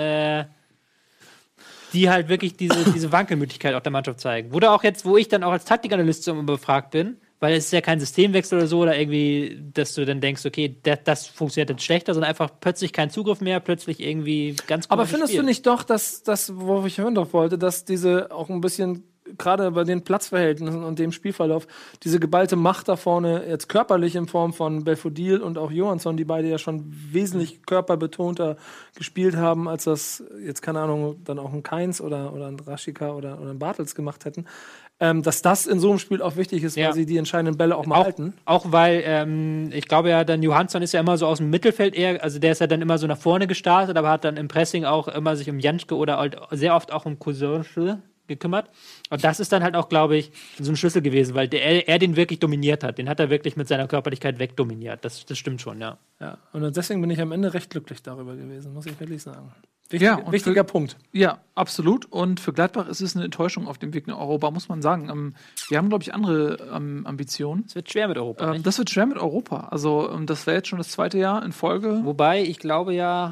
die halt wirklich diese Wankelmütigkeit auch der Mannschaft zeigen. Wo ich dann auch als Taktikanalyst so immer befragt bin, weil es ist ja kein Systemwechsel oder so, oder irgendwie, dass du dann denkst, okay, das funktioniert jetzt schlechter, sondern einfach plötzlich kein Zugriff mehr, plötzlich irgendwie ganz gut. Aber findest du nicht doch, dass das, worauf ich hören drauf wollte, dass diese auch ein bisschen, gerade bei den Platzverhältnissen und dem Spielverlauf, diese geballte Macht da vorne, jetzt körperlich in Form von Belfodil und auch Johansson, die beide ja schon wesentlich körperbetonter gespielt haben, als das jetzt, keine Ahnung, dann auch ein Keins oder ein Rashica oder ein Bartels gemacht hätten, dass das in so einem Spiel auch wichtig ist, weil sie die entscheidenden Bälle auch mal halten. Auch weil, ich glaube ja, dann Johansson ist ja immer so aus dem Mittelfeld eher, also der ist ja dann immer so nach vorne gestartet, aber hat dann im Pressing auch immer sich um Janschke oder halt sehr oft auch um Cousin gekümmert. Und das ist dann halt auch, glaube ich, so ein Schlüssel gewesen, weil er den wirklich dominiert hat. Den hat er wirklich mit seiner Körperlichkeit wegdominiert. Das stimmt schon, ja. Ja, und deswegen bin ich am Ende recht glücklich darüber gewesen, muss ich wirklich sagen. Wichtiger Punkt. Ja, absolut. Und für Gladbach ist es eine Enttäuschung auf dem Weg nach Europa, muss man sagen. Wir haben, glaube ich, andere Ambitionen. Es wird schwer mit Europa. Das wird schwer mit Europa. Also, das wäre jetzt schon das 2. Jahr in Folge. Wobei, ich glaube ja,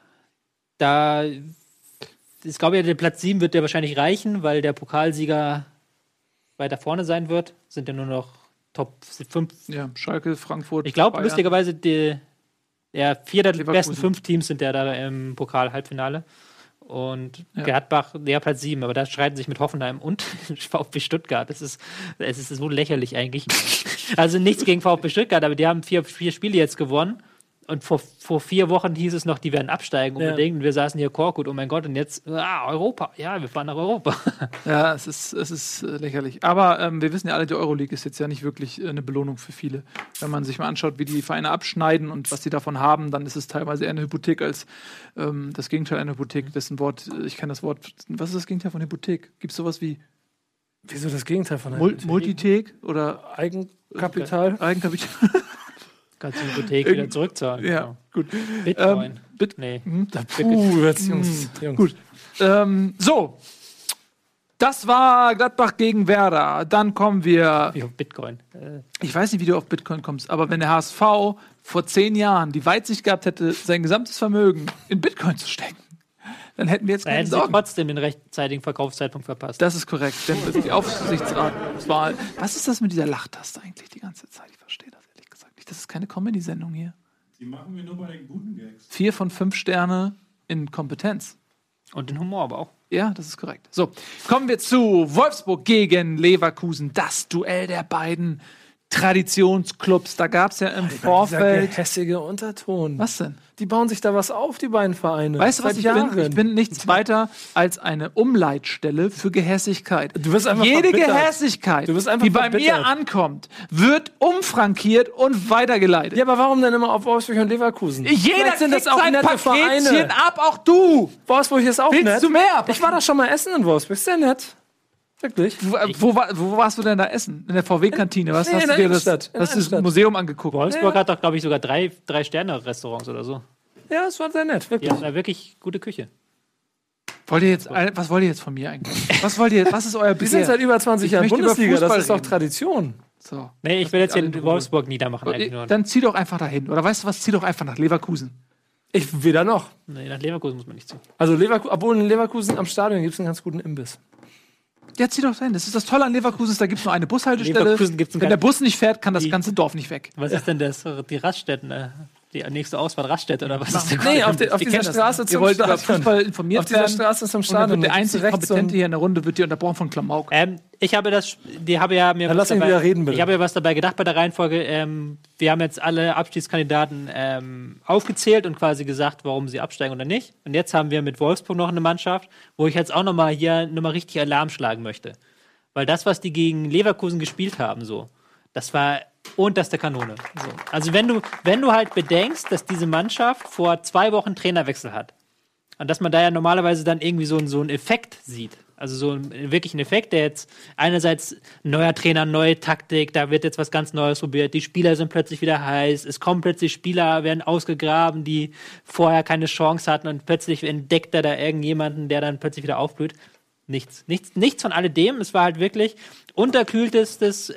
der Platz 7 wird ja wahrscheinlich reichen, weil der Pokalsieger weiter vorne sein wird. Sind ja nur noch Top 5. Ja, Schalke, Frankfurt. Ich glaube, lustigerweise, 4 der besten 5 Teams sind ja da im Pokal-Halbfinale. Und Gladbach, Platz 7, aber da streiten sich mit Hoffenheim und VfB Stuttgart. Es ist so lächerlich eigentlich. Also nichts gegen VfB Stuttgart, aber die haben 4 Spiele jetzt gewonnen. Und vor 4 Wochen hieß es noch, die werden absteigen unbedingt. Und wir saßen hier Korkut, oh mein Gott, und jetzt, Europa. Ja, wir fahren nach Europa. Ja, es ist lächerlich. Aber wir wissen ja alle, die Euroleague ist jetzt ja nicht wirklich eine Belohnung für viele. Wenn man sich mal anschaut, wie die Vereine abschneiden und was sie davon haben, dann ist es teilweise eher eine Hypothek als das Gegenteil einer Hypothek. Dessen Wort, ich kenne das Wort, was ist das Gegenteil von Hypothek? Gibt es sowas wie wieso das Gegenteil von einer Hypothek? Multithek oder Eigenkapital? Eigenkapital. Kannst du die Hypothek wieder zurückzahlen. Ja, gut. Bitcoin. Nee. Jetzt, Jungs. Gut. So. Das war Gladbach gegen Werder. Dann kommen wir. Wie auf Bitcoin. Ich weiß nicht, wie du auf Bitcoin kommst, aber wenn der HSV vor 10 Jahren die Weitsicht gehabt hätte, sein gesamtes Vermögen in Bitcoin zu stecken, dann hätten wir jetzt keine Sorgen. Sie trotzdem den rechtzeitigen Verkaufszeitpunkt verpasst. Das ist korrekt. Denn die Aufsichtsratswahl. Was ist das mit dieser Lachtaste eigentlich die ganze Zeit? Ich verstehe das ehrlich gesagt nicht. Das ist keine Comedy-Sendung hier. Die machen wir nur bei den guten Gags. 4 von 5 Sterne in Kompetenz. Und den Humor aber auch. Ja, das ist korrekt. So, kommen wir zu Wolfsburg gegen Leverkusen. Das Duell der beiden Traditionsclubs. Da gab es ja im Vorfeld. Dieser gehässige Unterton. Was denn? Die bauen sich da was auf, die beiden Vereine. Weißt du, was ich bin? Ich bin nichts weiter als eine Umleitstelle für Gehässigkeit. Du wirst einfach Jede verbittert. Gehässigkeit, Du wirst einfach die bei verbittert. mir ankommt, wird umfrankiert und weitergeleitet. Ja, aber warum denn immer auf Wolfsburg und Leverkusen? Jeder Vielleicht sind das kriegt auch sein nette Paketchen Vereine. ab, auch du. Wolfsburg ist auch Willst nett. du mehr? Ich war da schon mal essen in Wolfsburg. Sehr nett. Wirklich. Wo warst du denn da essen? In der VW-Kantine? Was Nee, hast in du der dir Innenstadt. In der hast du das Innenstadt. Museum angeguckt? Wolfsburg hat doch, glaube ich, sogar 3 Sterne-Restaurants oder so. Ja, es war sehr nett. Die Wirklich. haben da wirklich gute Küche. Was wollt ihr jetzt von mir eigentlich? Was ist euer Wir Bisher? sind seit über 20 Jahren möchte über Bundesliga. Das Fußball ist doch reden. Tradition. So. Nee, ich will jetzt hier in Wolfsburg niedermachen. Eigentlich nur. Dann zieh doch einfach dahin. Oder weißt du was? Zieh doch einfach nach Leverkusen. Ich weder noch. Nee, nach Leverkusen muss man nicht zu. Also obwohl in Leverkusen am Stadion gibt es einen ganz guten Imbiss. Ja, zieh doch dahin. Das ist das Tolle an Leverkusen. Da gibt es nur eine Bushaltestelle. Leverkusen gibt's Wenn der Bus nicht fährt, kann das ganze Dorf nicht weg. Was ist denn das? Die Raststätten? Die nächste Ausfahrt Raststätte oder was ist denn? Nee, auf dieser kennt das. Straße Ihr zum wollt über Stadion. Fußball informiert Auf dieser werden. Straße zum Und dann Stadion. wird der Da gibt's einzige rechts so ein- Kompetente hier in der Runde wird dir unterbrochen von Klamauk. Ich habe ja mir Dann lass ihn wieder reden, bitte. Ich habe ja was dabei gedacht bei der Reihenfolge. Wir haben jetzt alle Abstiegskandidaten aufgezählt und quasi gesagt, warum sie absteigen oder nicht. Und jetzt haben wir mit Wolfsburg noch eine Mannschaft, wo ich jetzt auch nochmal richtig Alarm schlagen möchte. Weil das, was die gegen Leverkusen gespielt haben, das war unterste Kanone. So. Also wenn du halt bedenkst, dass diese Mannschaft vor 2 Wochen Trainerwechsel hat und dass man da ja normalerweise dann irgendwie so einen Effekt sieht. Also so wirklich ein Effekt, der jetzt einerseits neuer Trainer, neue Taktik, da wird jetzt was ganz Neues probiert, die Spieler sind plötzlich wieder heiß, es kommen plötzlich Spieler, werden ausgegraben, die vorher keine Chance hatten und plötzlich entdeckt er da irgendjemanden, der dann plötzlich wieder aufblüht. Nichts von alledem. Es war halt wirklich unterkühltes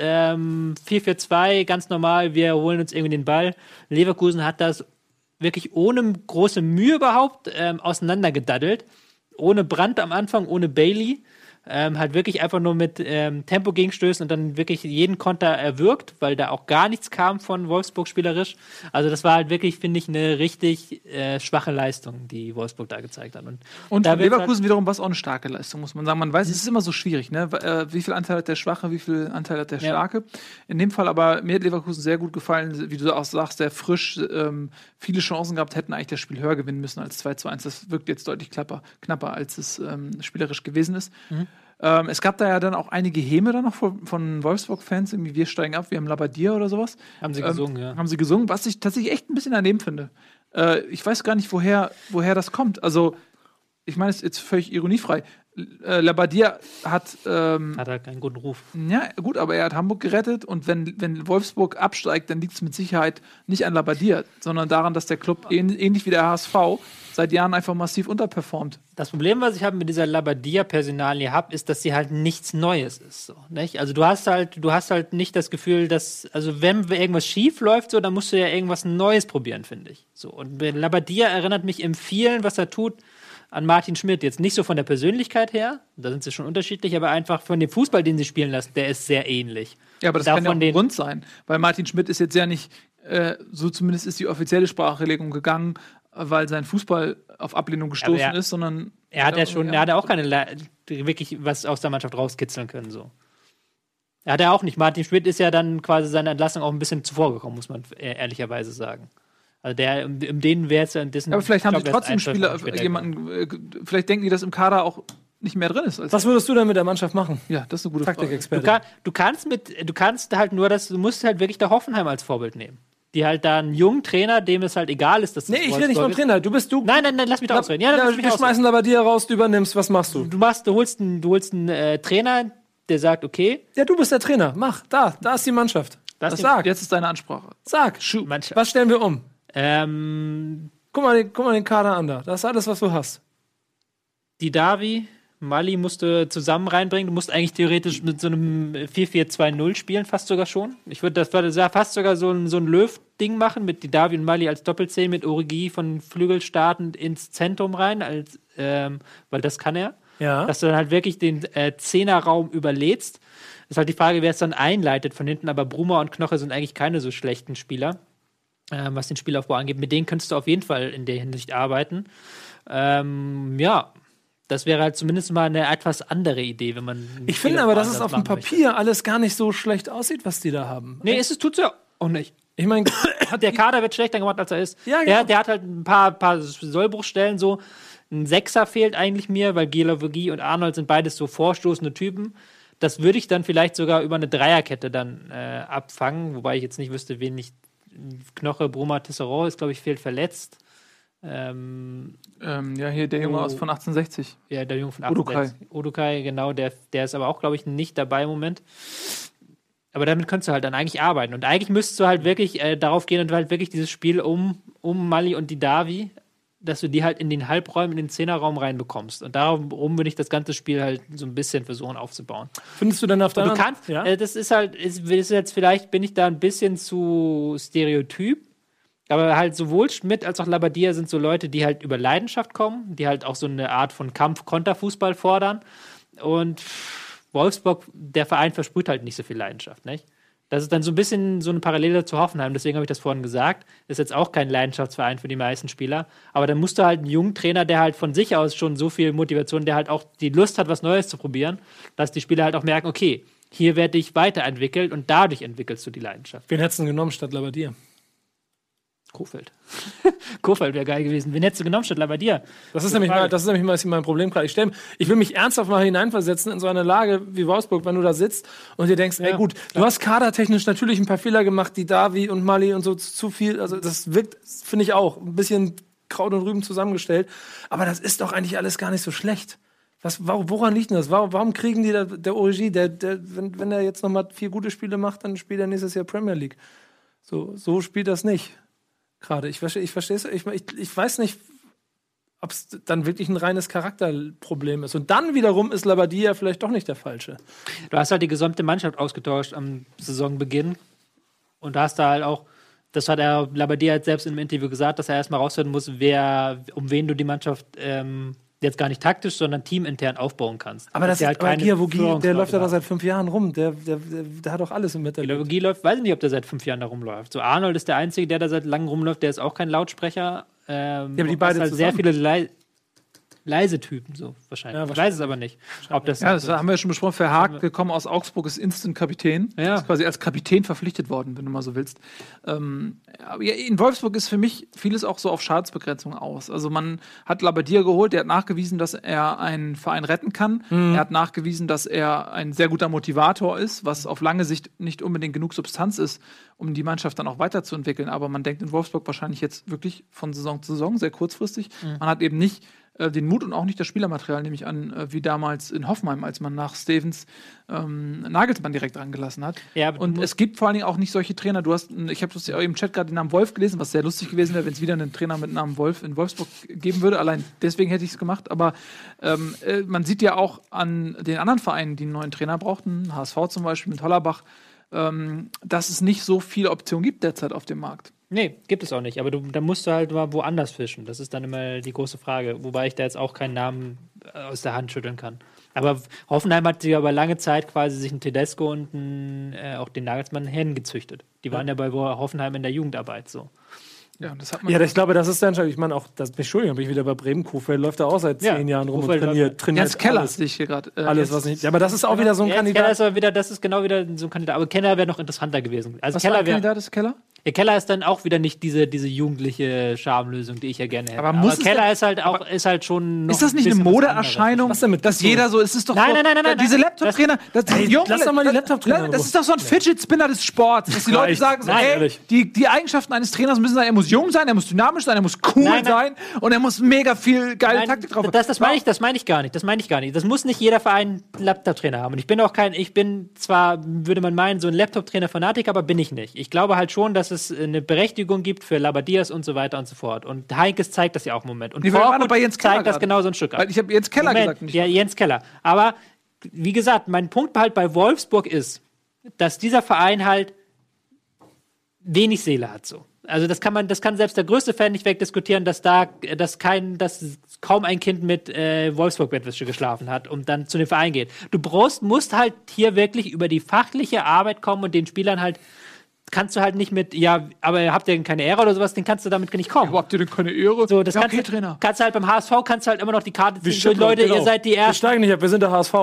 4-4-2, ganz normal, wir holen uns irgendwie den Ball. Leverkusen hat das wirklich ohne große Mühe überhaupt auseinandergedaddelt. Ohne Brandt am Anfang, ohne Bailey. Halt wirklich einfach nur mit Tempo-Gegenstößen und dann wirklich jeden Konter erwürgt, weil da auch gar nichts kam von Wolfsburg spielerisch. Also das war halt wirklich, finde ich, eine richtig schwache Leistung, die Wolfsburg da gezeigt hat. Und Leverkusen wiederum war es auch eine starke Leistung, muss man sagen. Man weiß, es ist immer so schwierig, ne? Wie viel Anteil hat der Schwache, wie viel Anteil hat der Starke. In dem Fall aber, mir hat Leverkusen sehr gut gefallen, wie du auch sagst, sehr frisch, viele Chancen gehabt, hätten eigentlich das Spiel höher gewinnen müssen als 2-1. Das wirkt jetzt deutlich knapper als es spielerisch gewesen ist. Es gab da ja dann auch einige Häme dann noch von Wolfsburg-Fans, irgendwie wir steigen ab, wir haben Labbadia oder sowas. Haben sie gesungen, ja. Haben sie gesungen, was ich tatsächlich echt ein bisschen daneben finde. Ich weiß gar nicht, woher das kommt. Also, ich meine es jetzt völlig ironiefrei. Labbadia hat halt keinen guten Ruf. Ja, gut, aber er hat Hamburg gerettet und wenn Wolfsburg absteigt, dann liegt es mit Sicherheit nicht an Labbadia, sondern daran, dass der Club ähnlich wie der HSV seit Jahren einfach massiv unterperformt. Das Problem, was ich habe mit dieser Labbadia-Personalie ist, dass sie halt nichts Neues ist. So, nicht? Also du hast halt nicht das Gefühl, dass, also wenn irgendwas schief läuft, so, dann musst du ja irgendwas Neues probieren, finde ich. So, und Labbadia erinnert mich im vielen, was er tut, an Martin Schmidt. Jetzt nicht so von der Persönlichkeit her, da sind sie schon unterschiedlich, aber einfach von dem Fußball, den sie spielen lassen, der ist sehr ähnlich. Ja, aber das kann ja auch ein Grund sein, weil Martin Schmidt ist jetzt ja nicht, so zumindest ist die offizielle Sprachregelung gegangen, weil sein Fußball auf Ablehnung gestoßen ist, sondern er hat ja auch keine wirklich was aus der Mannschaft rauskitzeln können, so. Er hat ja auch nicht. Martin Schmidt ist ja dann quasi seiner Entlassung auch ein bisschen zuvor gekommen, muss man ehrlicherweise sagen. Also um den wäre es ja ein bisschen. Aber vielleicht haben sie trotzdem Spieler, vielleicht denken die, dass im Kader auch nicht mehr drin ist. Was würdest du denn mit der Mannschaft machen? Ja, das ist eine gute Taktikexperte. Du kannst halt nur du musst halt wirklich der Hoffenheim als Vorbild nehmen. Die halt da einen jungen Trainer, dem es halt egal ist, dass das ich rede nicht vom Trainer. Du. Nein, lass mich da ausreden. Wir schmeißen aber dir raus, du übernimmst. Was machst du? Du holst einen Trainer, der sagt, okay. Ja, du bist der Trainer. Mach. Da ist die Mannschaft. Sag. Jetzt ist deine Ansprache. Sag. Was stellen wir um? Guck mal den Kader an da. Das ist alles, was du hast. Die Davi, Mali musst du zusammen reinbringen. Du musst eigentlich theoretisch mit so einem 4-4-2-0 spielen, fast sogar schon. Ich würde fast sogar so ein Löw-Ding machen, mit die Davi und Mali als Doppelzehn, mit Origi von Flügel startend ins Zentrum rein, weil das kann er. Ja. Dass du dann halt wirklich den Zehnerraum überlädst. Das ist halt die Frage, wer es dann einleitet von hinten, aber Bruma und Knoche sind eigentlich keine so schlechten Spieler, was den Spielaufbau angeht. Mit denen könntest du auf jeden Fall in der Hinsicht arbeiten. Das wäre halt zumindest mal eine etwas andere Idee, wenn man. Ich finde aber, dass es auf dem Papier alles gar nicht so schlecht aussieht, was die da haben. Nee, tut's ja auch nicht. Ich meine, der Kader wird schlechter gemacht, als er ist. Ja, genau. Der hat halt ein paar Sollbruchstellen so. Ein Sechser fehlt eigentlich mir, weil Gelovigi und Arnold sind beides so vorstoßende Typen. Das würde ich dann vielleicht sogar über eine Dreierkette dann abfangen, wobei ich jetzt nicht wüsste, wen ich. Knoche, Bruma, Tisserand ist, glaube ich, fehlt verletzt. Ja, hier der Junge von 1860. Ja, der Junge von 1860. Odukai, genau, der ist aber auch, glaube ich, nicht dabei im Moment. Aber damit könntest du halt dann eigentlich arbeiten. Und eigentlich müsstest du halt wirklich darauf gehen und halt wirklich dieses Spiel um Mali und die Davi, dass du die halt in den Halbräumen, in den Zehnerraum reinbekommst. Und darum würde ich das ganze Spiel halt so ein bisschen versuchen aufzubauen. Findest du denn auf deiner... Du kannst, das ist halt, ist jetzt vielleicht, bin ich da ein bisschen zu stereotyp, aber halt sowohl Schmidt als auch Labbadia sind so Leute, die halt über Leidenschaft kommen, die halt auch so eine Art von Kampf-Konterfußball fordern. Und Wolfsburg, der Verein versprüht halt nicht so viel Leidenschaft, nicht? Das ist dann so ein bisschen so eine Parallele zu Hoffenheim, deswegen habe ich das vorhin gesagt. Ist jetzt auch kein Leidenschaftsverein für die meisten Spieler, aber dann musst du halt einen jungen Trainer, der halt von sich aus schon so viel Motivation, der halt auch die Lust hat, was Neues zu probieren, dass die Spieler halt auch merken, okay, hier werde ich weiterentwickelt und dadurch entwickelst du die Leidenschaft. Wen hättest du genommen statt Labbadia? Kofeld. Kofeld wäre geil gewesen. Wen hättest du genommen statt Labbadia? Das ist nämlich mein Problem gerade. Ich will mich ernsthaft mal hineinversetzen in so eine Lage wie Wolfsburg, wenn du da sitzt und dir denkst, ey gut, du hast kadertechnisch natürlich ein paar Fehler gemacht, die Davi und Mali und so zu viel, also das wirkt, finde ich auch, ein bisschen Kraut und Rüben zusammengestellt, aber das ist doch eigentlich alles gar nicht so schlecht. Woran liegt denn das? Warum kriegen die der Origi, wenn er jetzt nochmal 4 gute Spiele macht, dann spielt er nächstes Jahr Premier League. So spielt das nicht. Gerade. Ich verstehe es. Ich weiß nicht, ob es dann wirklich ein reines Charakterproblem ist. Und dann wiederum ist Labbadia vielleicht doch nicht der Falsche. Du hast halt die gesamte Mannschaft ausgetauscht am Saisonbeginn. Und da hast du halt auch, das hat Labbadia jetzt selbst im Interview gesagt, dass er erstmal rausfinden muss, um wen du die Mannschaft jetzt gar nicht taktisch, sondern teamintern aufbauen kannst. Aber das ist halt keine Guy, der läuft ja doch seit 5 Jahren rum. Der hat doch alles im Mittelfeld. Guy läuft, weiß ich nicht, ob der seit 5 Jahren da rumläuft. So Arnold ist der Einzige, der da seit langem rumläuft, der ist auch kein Lautsprecher. Aber die beiden halt sehr viele leise Typen, so wahrscheinlich. Ja, ich weiß es aber nicht. Ob das haben wir ja schon besprochen. Verhaag, gekommen aus Augsburg, ist Instant-Kapitän. Ja. Ist quasi als Kapitän verpflichtet worden, wenn du mal so willst. In Wolfsburg ist für mich vieles auch so auf Schadensbegrenzung aus. Also man hat Labbadia geholt, der hat nachgewiesen, dass er einen Verein retten kann. Er hat nachgewiesen, dass er ein sehr guter Motivator ist, was auf lange Sicht nicht unbedingt genug Substanz ist, um die Mannschaft dann auch weiterzuentwickeln. Aber man denkt in Wolfsburg wahrscheinlich jetzt wirklich von Saison zu Saison, sehr kurzfristig. Man hat eben nicht den Mut und auch nicht das Spielermaterial, nehme ich an, wie damals in Hoffenheim, als man nach Stevens Nagelsmann direkt angelassen hat. Ja, und es gibt vor allen Dingen auch nicht solche Trainer. Ich habe ja im Chat gerade den Namen Wolf gelesen, was sehr lustig gewesen wäre, wenn es wieder einen Trainer mit Namen Wolf in Wolfsburg geben würde. Allein deswegen hätte ich es gemacht. Aber man sieht ja auch an den anderen Vereinen, die einen neuen Trainer brauchten, HSV zum Beispiel mit Hollerbach, dass es nicht so viele Optionen gibt derzeit auf dem Markt. Nee, gibt es auch nicht. Aber da musst du halt mal woanders fischen. Das ist dann immer die große Frage. Wobei ich da jetzt auch keinen Namen aus der Hand schütteln kann. Aber Hoffenheim hat sich aber lange Zeit quasi sich einen Tedesco und auch den Nagelsmann hingezüchtet. Die waren ja bei Hoffenheim in der Jugendarbeit so. Ja, das hat man ich glaube, das ist der Entscheidung. Ich meine auch, Entschuldigung, bin ich wieder bei Bremen. Kofeld läuft da auch seit 10 Jahren rum und trainiert Jens Keller sehe ich hier gerade. Alles, was nicht. Ja, aber das ist auch wieder so ein Kandidat. Das ist genau wieder so ein Kandidat. Aber Keller wäre noch interessanter gewesen. Also was Keller Kandidat ist Keller? Ja, Keller ist dann auch wieder nicht diese jugendliche Schamlösung, die ich ja gerne hätte. Aber Keller ist halt schon noch. Ist das nicht eine Modeerscheinung? Was denn dass jeder so ist? Es doch nein. Diese Laptop-Trainer. Lass doch mal die Laptop-Trainer. Das ist doch so ein Fidget-Spinner des Sports. Dass die Leute sagen so, die Eigenschaften eines Trainers müssen sein, er muss jung sein, er muss dynamisch sein, er muss cool sein und er muss mega viel geile Taktik drauf haben. Das meine ich gar nicht. Das muss nicht jeder Verein einen Laptop-Trainer haben. Und ich bin zwar, würde man meinen, so ein Laptop-Trainer-Fanatiker, aber bin ich nicht. Ich glaube halt schon, dass es eine Berechtigung gibt für Labbadias und so weiter und so fort. Und Heinkes zeigt das ja auch im Moment. Und Vorgut bei Jens Keller zeigt das genau so ein Stück ab. Ich habe Jens Keller gesagt. Nicht ja, Jens Keller. Aber wie gesagt, mein Punkt halt bei Wolfsburg ist, dass dieser Verein halt wenig Seele hat so. Also das kann selbst der größte Fan nicht wegdiskutieren, dass kaum ein Kind mit Wolfsburg-Bettwäsche geschlafen hat und dann zu dem Verein geht. Du musst halt hier wirklich über die fachliche Arbeit kommen und den Spielern halt kannst du halt nicht mit, ja, aber habt ihr denn keine Ehre oder sowas, den kannst du damit nicht kommen. Habt ihr denn keine Ehre? So, das ja, okay, Trainer. Kannst du halt beim HSV immer noch die Karte ziehen. Leute, genau. Ihr seid die Ersten. Wir steigen nicht ab, wir sind der HSV.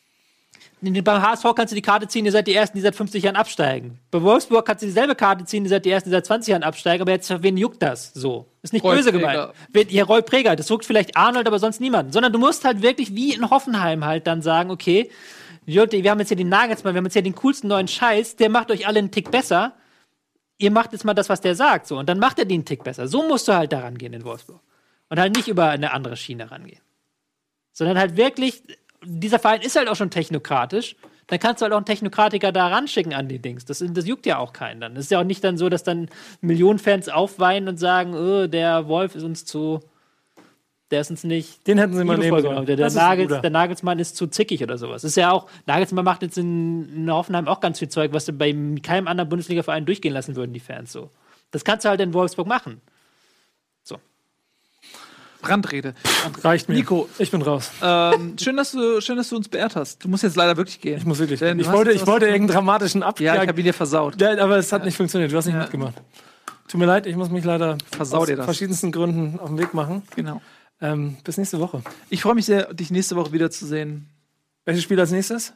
Beim HSV kannst du die Karte ziehen, ihr seid die Ersten, die seit 50 Jahren absteigen. Bei Wolfsburg kannst du dieselbe Karte ziehen, ihr seid die Ersten, die seit 20 Jahren absteigen, aber jetzt, wen juckt das? So. Ist nicht böse gemeint. Ja, Roy Preger, das juckt vielleicht Arnold, aber sonst niemanden. Sondern du musst halt wirklich wie in Hoffenheim halt dann sagen, okay, wir haben jetzt hier den Nagelsmann, wir haben jetzt hier den coolsten neuen Scheiß, der macht euch alle einen Tick besser. Ihr macht jetzt mal das, was der sagt, so. Und dann macht er den Tick besser. So musst du halt da rangehen in Wolfsburg. Und halt nicht über eine andere Schiene rangehen. Sondern halt wirklich, dieser Verein ist halt auch schon technokratisch. Dann kannst du halt auch einen Technokratiker da ranschicken an die Dings. Das juckt ja auch keinen dann. Es ist ja auch nicht dann so, dass dann Millionen Fans aufweinen und sagen, oh, der Wolf ist uns zu... Der ist uns nicht. Den hätten sie mal nehmen sollen. Der Nagelsmann ist zu zickig oder sowas. Ist ja auch, Nagelsmann macht jetzt in Hoffenheim auch ganz viel Zeug, was sie bei keinem anderen Bundesliga-Verein durchgehen lassen würden, die Fans so. Das kannst du halt in Wolfsburg machen. So. Brandrede. Reicht mir. Nico, ich bin raus. Schön, dass du uns beehrt hast. Du musst jetzt leider wirklich gehen. Ich muss wirklich. Ich wollte irgendeinen dramatischen Abgang. Ja, ich habe ihn dir versaut. Ja, aber es hat nicht funktioniert. Du hast nicht mitgemacht. Tut mir leid, ich muss mich leider aus das. verschiedensten Gründen auf den Weg machen. Genau. Bis nächste Woche. Ich freue mich sehr, dich nächste Woche wiederzusehen. Welches Spiel als nächstes?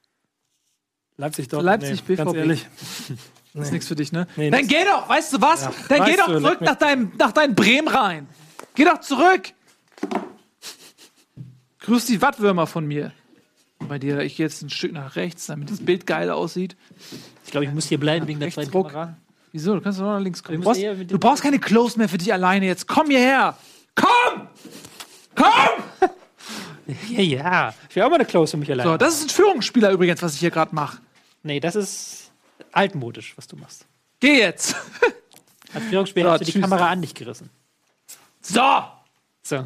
Leipzig doch. Leipzig, BVB. Ganz ehrlich. Das ist nichts für dich, ne? Nee, dann geh doch, weißt du was? Ja, dann geh doch zurück nach deinem Bremen rein. Geh doch zurück. Grüß die Wattwürmer von mir. Bei dir, ich gehe jetzt ein Stück nach rechts, damit das Bild geil aussieht. Ich glaube, ich muss hier bleiben wegen der zweiten Kamera. Wieso? Du kannst doch nach links kommen. Du brauchst keine Close mehr für dich alleine jetzt. Komm hierher. Komm! Ja. Ich will auch mal eine Close für mich allein. So, das ist ein Führungsspieler übrigens, was ich hier gerade mache. Nee, das ist altmodisch, was du machst. Geh jetzt. Als Führungsspieler hast du die Kamera an dich gerissen. So. So.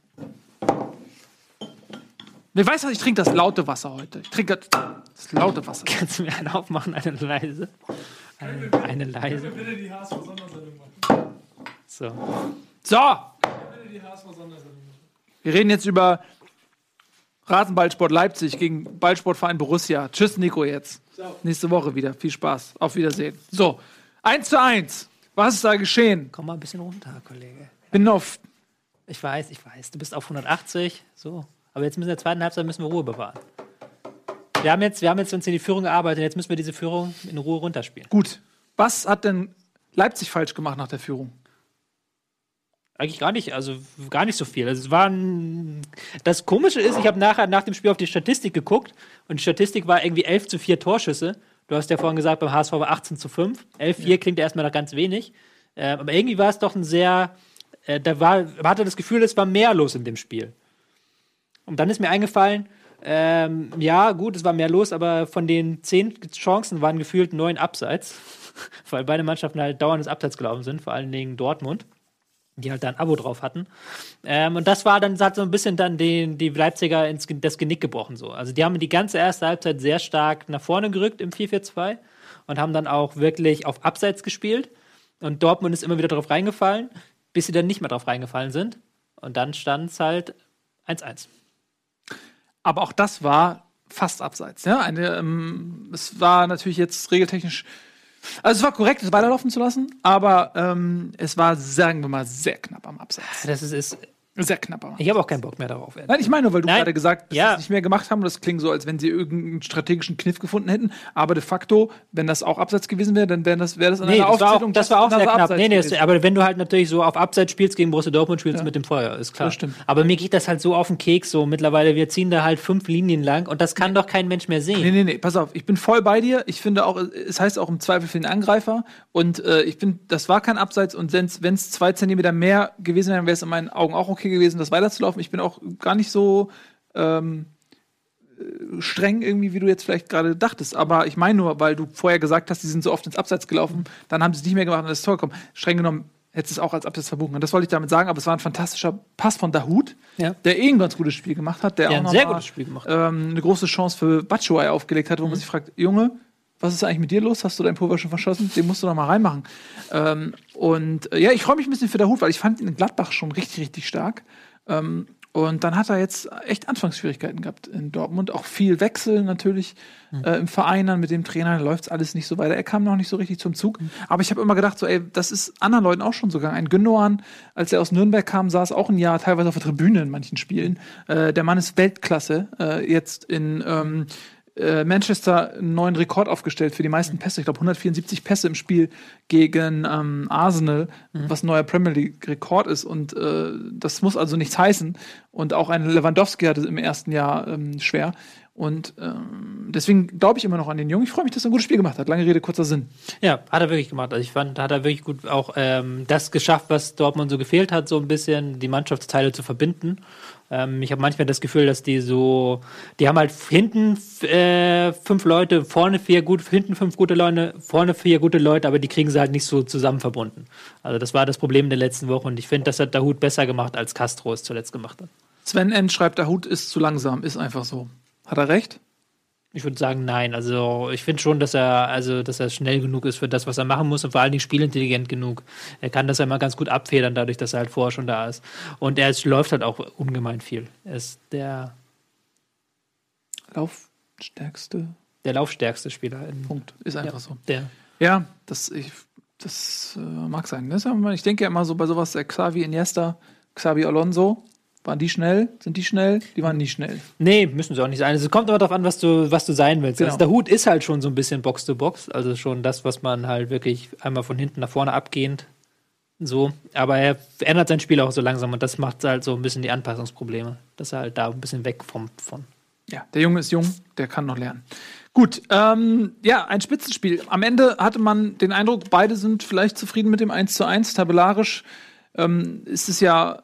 Ich weiß was, ich trinke das laute Wasser heute. Ich trinke das laute Wasser. Kannst du mir einen aufmachen, eine leise? Eine leise. Bitte die HSV-Sondersendung machen. So. So. Bitte die HSV-Sondersendung machen. Wir reden jetzt über Rasenballsport Leipzig gegen Ballsportverein Borussia. Tschüss, Nico, jetzt. Nächste Woche wieder. Viel Spaß. Auf Wiedersehen. So, 1:1. Was ist da geschehen? Komm mal ein bisschen runter, Kollege. Bin auf. Ich weiß. Du bist auf 180. So. Aber jetzt müssen wir in der zweiten Halbzeit Ruhe bewahren. Wir haben jetzt uns in die Führung gearbeitet. Jetzt müssen wir diese Führung in Ruhe runterspielen. Gut. Was hat denn Leipzig falsch gemacht nach der Führung? Eigentlich gar nicht, also gar nicht so viel. Also es war das Komische ist, ich habe nachher nach dem Spiel auf die Statistik geguckt und die Statistik war irgendwie 11:4 Torschüsse. Du hast ja vorhin gesagt, beim HSV war 18:5. 11:4 klingt ja erstmal noch ganz wenig. Aber irgendwie war es doch ein sehr, hatte das Gefühl, es war mehr los in dem Spiel. Und dann ist mir eingefallen, ja gut, es war mehr los, aber von den 10 Chancen waren gefühlt 9 Abseits. Weil beide Mannschaften halt dauernd ins Abseits gelaufen sind, vor allen Dingen Dortmund, die halt da ein Abo drauf hatten. Und das war dann, hat so ein bisschen dann die Leipziger das Genick gebrochen. So. Also die haben die ganze erste Halbzeit sehr stark nach vorne gerückt im 4-4-2 und haben dann auch wirklich auf Abseits gespielt. Und Dortmund ist immer wieder drauf reingefallen, bis sie dann nicht mehr drauf reingefallen sind. Und dann stand es halt 1:1. Aber auch das war fast Abseits. Ja? Es war natürlich jetzt regeltechnisch. Also es war korrekt, es weiterlaufen zu lassen, aber es war, sagen wir mal, sehr knapp am Abseits. Das ist Sehr knapp am Abseits. ich habe auch keinen Bock mehr darauf. Nein, ich meine nur, weil du gerade gesagt hast, dass Ja. sie es nicht mehr gemacht haben. Das klingt so, als wenn sie irgendeinen strategischen Kniff gefunden hätten. Aber de facto, wenn das auch Abseits gewesen wäre, dann wäre das in Nee, einer Aufzählung. das war auch sehr knapp. Abseits gewesen. Aber wenn du halt natürlich so auf Abseits spielst gegen Borussia Dortmund, spielst du mit dem Feuer, ist klar. Das stimmt. Aber mir geht das halt so auf den Keks, so mittlerweile, wir ziehen da halt 5 Linien lang und das kann doch kein Mensch mehr sehen. Nee, pass auf, ich bin voll bei dir. Ich finde auch, es heißt auch im Zweifel für den Angreifer. Und ich finde, das war kein Abseits. Und wenn es 2 Zentimeter mehr gewesen wären, wäre es in meinen Augen auch okay gewesen, das weiterzulaufen. Ich bin auch gar nicht so streng irgendwie, wie du jetzt vielleicht gerade dachtest. Aber ich meine nur, weil du vorher gesagt hast, die sind so oft ins Abseits gelaufen, dann haben sie es nicht mehr gemacht und das Tor gekommen. Streng genommen hättest du es auch als Abseits verbuchen. Und das wollte ich damit sagen, aber es war ein fantastischer Pass von Dahoud, Ja. der ein ganz gutes Spiel gemacht hat, der auch ein noch sehr mal, gutes Spiel gemacht. eine große Chance für Batshuayi aufgelegt hat, wo man sich fragt, Junge, was ist eigentlich mit dir los? Hast du dein Pulver schon verschossen? Den musst du noch mal reinmachen. Ich freue mich ein bisschen für Dahoud, weil ich fand ihn in Gladbach schon richtig, richtig stark. Und dann hat er jetzt echt Anfangsschwierigkeiten gehabt in Dortmund. Auch viel Wechsel natürlich im Verein dann mit dem Trainer. Da läuft es alles nicht so weiter. Er kam noch nicht so richtig zum Zug. Aber ich habe immer gedacht, so, ey, das ist anderen Leuten auch schon so gegangen. Ein Gündogan, als er aus Nürnberg kam, saß auch ein Jahr teilweise auf der Tribüne in manchen Spielen. Der Mann ist Weltklasse. Jetzt in Manchester einen neuen Rekord aufgestellt für die meisten Pässe. Ich glaube, 174 Pässe im Spiel gegen Arsenal, was ein neuer Premier League-Rekord ist. Und das muss also nichts heißen. Und auch ein Lewandowski hatte im ersten Jahr schwer. Und deswegen glaube ich immer noch an den Jungen. Ich freue mich, dass er ein gutes Spiel gemacht hat. Lange Rede, kurzer Sinn. Ja, hat er wirklich gemacht. Also ich fand, hat er wirklich gut auch das geschafft, was Dortmund so gefehlt hat, so ein bisschen die Mannschaftsteile zu verbinden. Ich habe manchmal das Gefühl, dass die haben halt hinten 5 Leute, vorne 4 hinten 5 gute Leute, vorne 4 gute Leute, aber die kriegen sie halt nicht so zusammen verbunden. Also das war das Problem der letzten Woche und ich finde, das hat Dahoud besser gemacht, als Castro es zuletzt gemacht hat. Sven N. schreibt, Dahoud ist zu langsam. Ist einfach so. Hat er recht? Ich würde sagen, nein. Also ich finde schon, dass er schnell genug ist für das, was er machen muss und vor allen Dingen spielintelligent genug. Er kann das ja immer ganz gut abfedern, dadurch, dass er halt vorher schon da ist. Und läuft halt auch ungemein viel. Er ist der laufstärkste Spieler. Punkt. Ist einfach so. Der. Ja, das mag sein. Ich denke ja immer so bei sowas, Xavi, Iniesta, Xabi Alonso, waren die schnell? Sind die schnell? Die waren nie schnell. Nee, müssen sie auch nicht sein. Also, es kommt immer darauf an, was du sein willst. Genau. Also, der Hut ist halt schon so ein bisschen Box-to-Box. Also schon das, was man halt wirklich einmal von hinten nach vorne abgehend so. Aber er ändert sein Spiel auch so langsam und das macht halt so ein bisschen die Anpassungsprobleme. Dass er halt da ein bisschen weg von. Ja, der Junge ist jung, der kann noch lernen. Gut, ein Spitzenspiel. Am Ende hatte man den Eindruck, beide sind vielleicht zufrieden mit dem 1:1. Tabellarisch ist es ja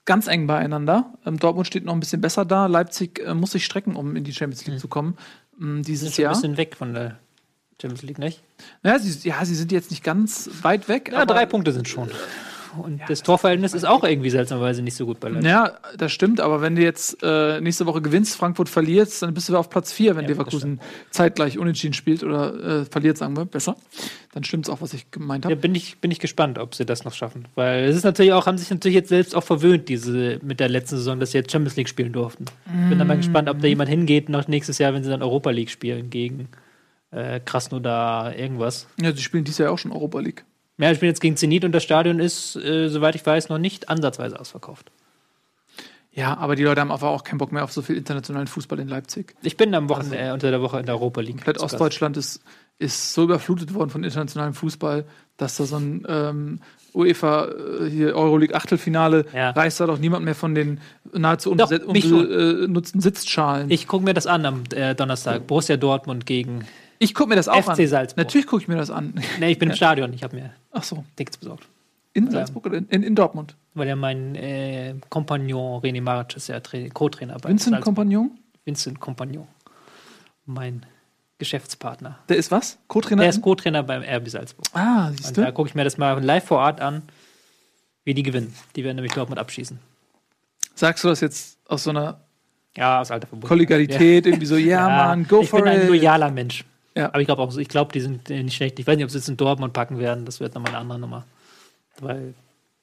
ganz eng beieinander. Dortmund steht noch ein bisschen besser da. Leipzig muss sich strecken, um in die Champions League zu kommen dieses Jahr. Ein bisschen weg von der Champions League, nicht? Ja, sie sind jetzt nicht ganz weit weg. Ja, aber 3 Punkte sind schon. Und das Torverhältnis ist auch irgendwie seltsamerweise nicht so gut bei Leipzig. Ja, das stimmt, aber wenn du jetzt nächste Woche gewinnst, Frankfurt verlierst, dann bist du auf Platz 4, wenn Leverkusen zeitgleich unentschieden spielt oder verliert, sagen wir, besser. Dann stimmt's auch, was ich gemeint habe. Ja, bin ich gespannt, ob sie das noch schaffen. Weil es ist natürlich auch, haben sich natürlich jetzt selbst auch verwöhnt, mit der letzten Saison, dass sie jetzt Champions League spielen durften. Bin dann mal gespannt, ob da jemand hingeht noch nächstes Jahr, wenn sie dann Europa League spielen gegen Krasnodar, irgendwas. Ja, sie spielen dieses Jahr auch schon Europa League. Ja, ich bin jetzt gegen Zenit und das Stadion ist, soweit ich weiß, noch nicht ansatzweise ausverkauft. Ja, aber die Leute haben einfach auch keinen Bock mehr auf so viel internationalen Fußball in Leipzig. Ich bin am Wochenende unter der Woche in der Europa League. Komplett Ostdeutschland ist so überflutet worden von internationalem Fußball, dass da so ein UEFA hier Euroleague Achtelfinale reißt da doch niemand mehr von den nahezu unbenutzten Sitzschalen. Ich gucke mir das an am Donnerstag. Borussia Dortmund gegen Ich gucke mir das auch FC Salzburg. Natürlich gucke ich mir das an. Nee, ich bin im Stadion. Ich habe mir Tickets besorgt. In Salzburg oder in Dortmund? Weil ja mein Kompagnon René Maric ist ja Co-Trainer bei Vincent Kompagnon? Vincent Kompagnon. Mein Geschäftspartner. Der ist was? Co-Trainer? Der ist Co-Trainer beim RB Salzburg. Ah, siehst du? Da gucke ich mir das mal live vor Ort an, wie die gewinnen. Die werden nämlich Dortmund abschießen. Sagst du das jetzt aus so einer aus alter Verbund. Kollegialität, irgendwie so, Mann, go for it. Ich bin ein loyaler Mensch. Ja. Aber ich glaube, die sind nicht schlecht. Ich weiß nicht, ob sie jetzt in Dortmund packen werden. Das wird nochmal eine andere Nummer. Weil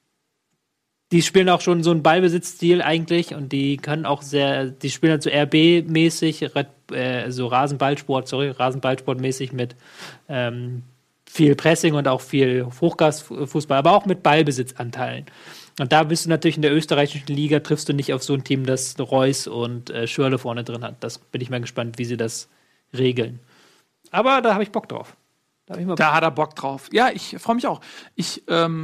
die spielen auch schon so einen Ballbesitzstil eigentlich und die können auch die spielen halt so RB-mäßig, so Rasenballsport-mäßig mit viel Pressing und auch viel Hochgasfußball, aber auch mit Ballbesitzanteilen. Und da bist du natürlich in der österreichischen Liga, triffst du nicht auf so ein Team, das Reus und Schürrle vorne drin hat. Das bin ich mal gespannt, wie sie das regeln. Aber da habe ich Bock drauf. Da hat er Bock drauf. Ja, ich freue mich auch. Ich